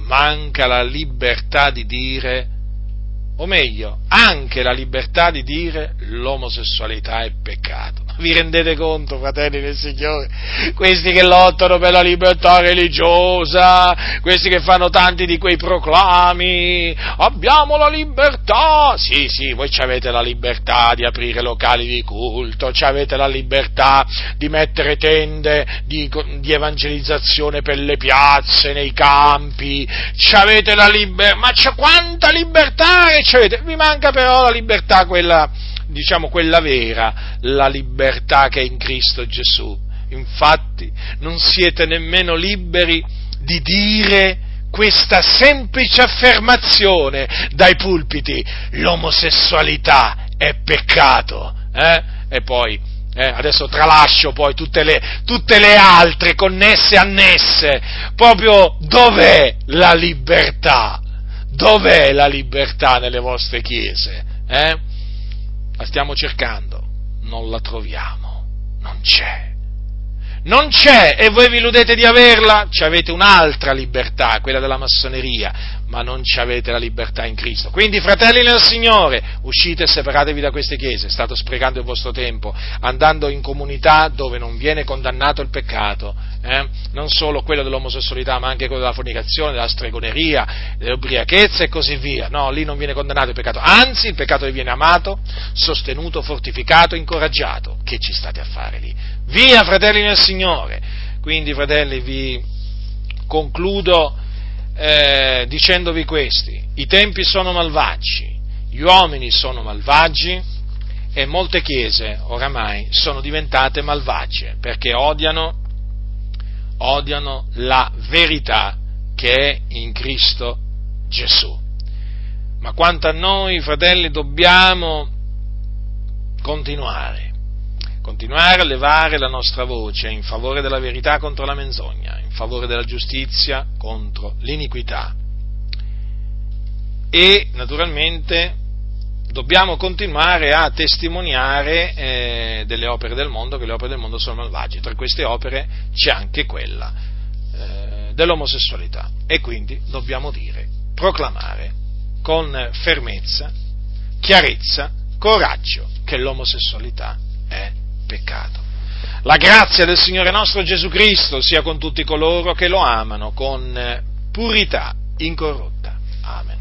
di dire, o meglio, anche la libertà di dire l'omosessualità è peccato. Vi rendete conto, fratelli del Signore? Questi che lottano per la libertà religiosa, questi che fanno tanti di quei proclami, abbiamo la libertà, sì, voi avete la libertà di aprire locali di culto, avete la libertà di mettere tende di evangelizzazione per le piazze, nei campi, avete la libertà, ma c'è quanta libertà che c'avete? Vi manca però la libertà, quella vera, la libertà che è in Cristo Gesù. Infatti non siete nemmeno liberi di dire questa semplice affermazione dai pulpiti: l'omosessualità è peccato, e poi adesso tralascio poi tutte le altre connesse e annesse. Proprio dov'è la libertà? Dov'è la libertà nelle vostre chiese? La stiamo cercando, non la troviamo, non c'è, e voi vi illudete di averla? Avete un'altra libertà, quella della massoneria, ma non avete la libertà in Cristo. Quindi, fratelli nel Signore, uscite e separatevi da queste chiese. State sprecando il vostro tempo andando in comunità dove non viene condannato il peccato, non solo quello dell'omosessualità, ma anche quello della fornicazione, della stregoneria, dell'ubriachezza e così via. No, lì non viene condannato il peccato, anzi il peccato viene amato, sostenuto, fortificato, incoraggiato. Che ci state a fare lì? Via, fratelli nel Signore! Quindi, fratelli, vi concludo dicendovi questi: i tempi sono malvagi, gli uomini sono malvagi e molte chiese oramai sono diventate malvagie perché odiano la verità che è in Cristo Gesù. Ma quanto a noi, fratelli, dobbiamo continuare a levare la nostra voce in favore della verità contro la menzogna, in favore della giustizia contro l'iniquità, e naturalmente dobbiamo continuare a testimoniare delle opere del mondo, che le opere del mondo sono malvagie. Tra queste opere c'è anche quella dell'omosessualità, e quindi dobbiamo proclamare con fermezza, chiarezza, coraggio, che l'omosessualità è peccato. La grazia del Signore nostro Gesù Cristo sia con tutti coloro che lo amano con purità incorrotta. Amen.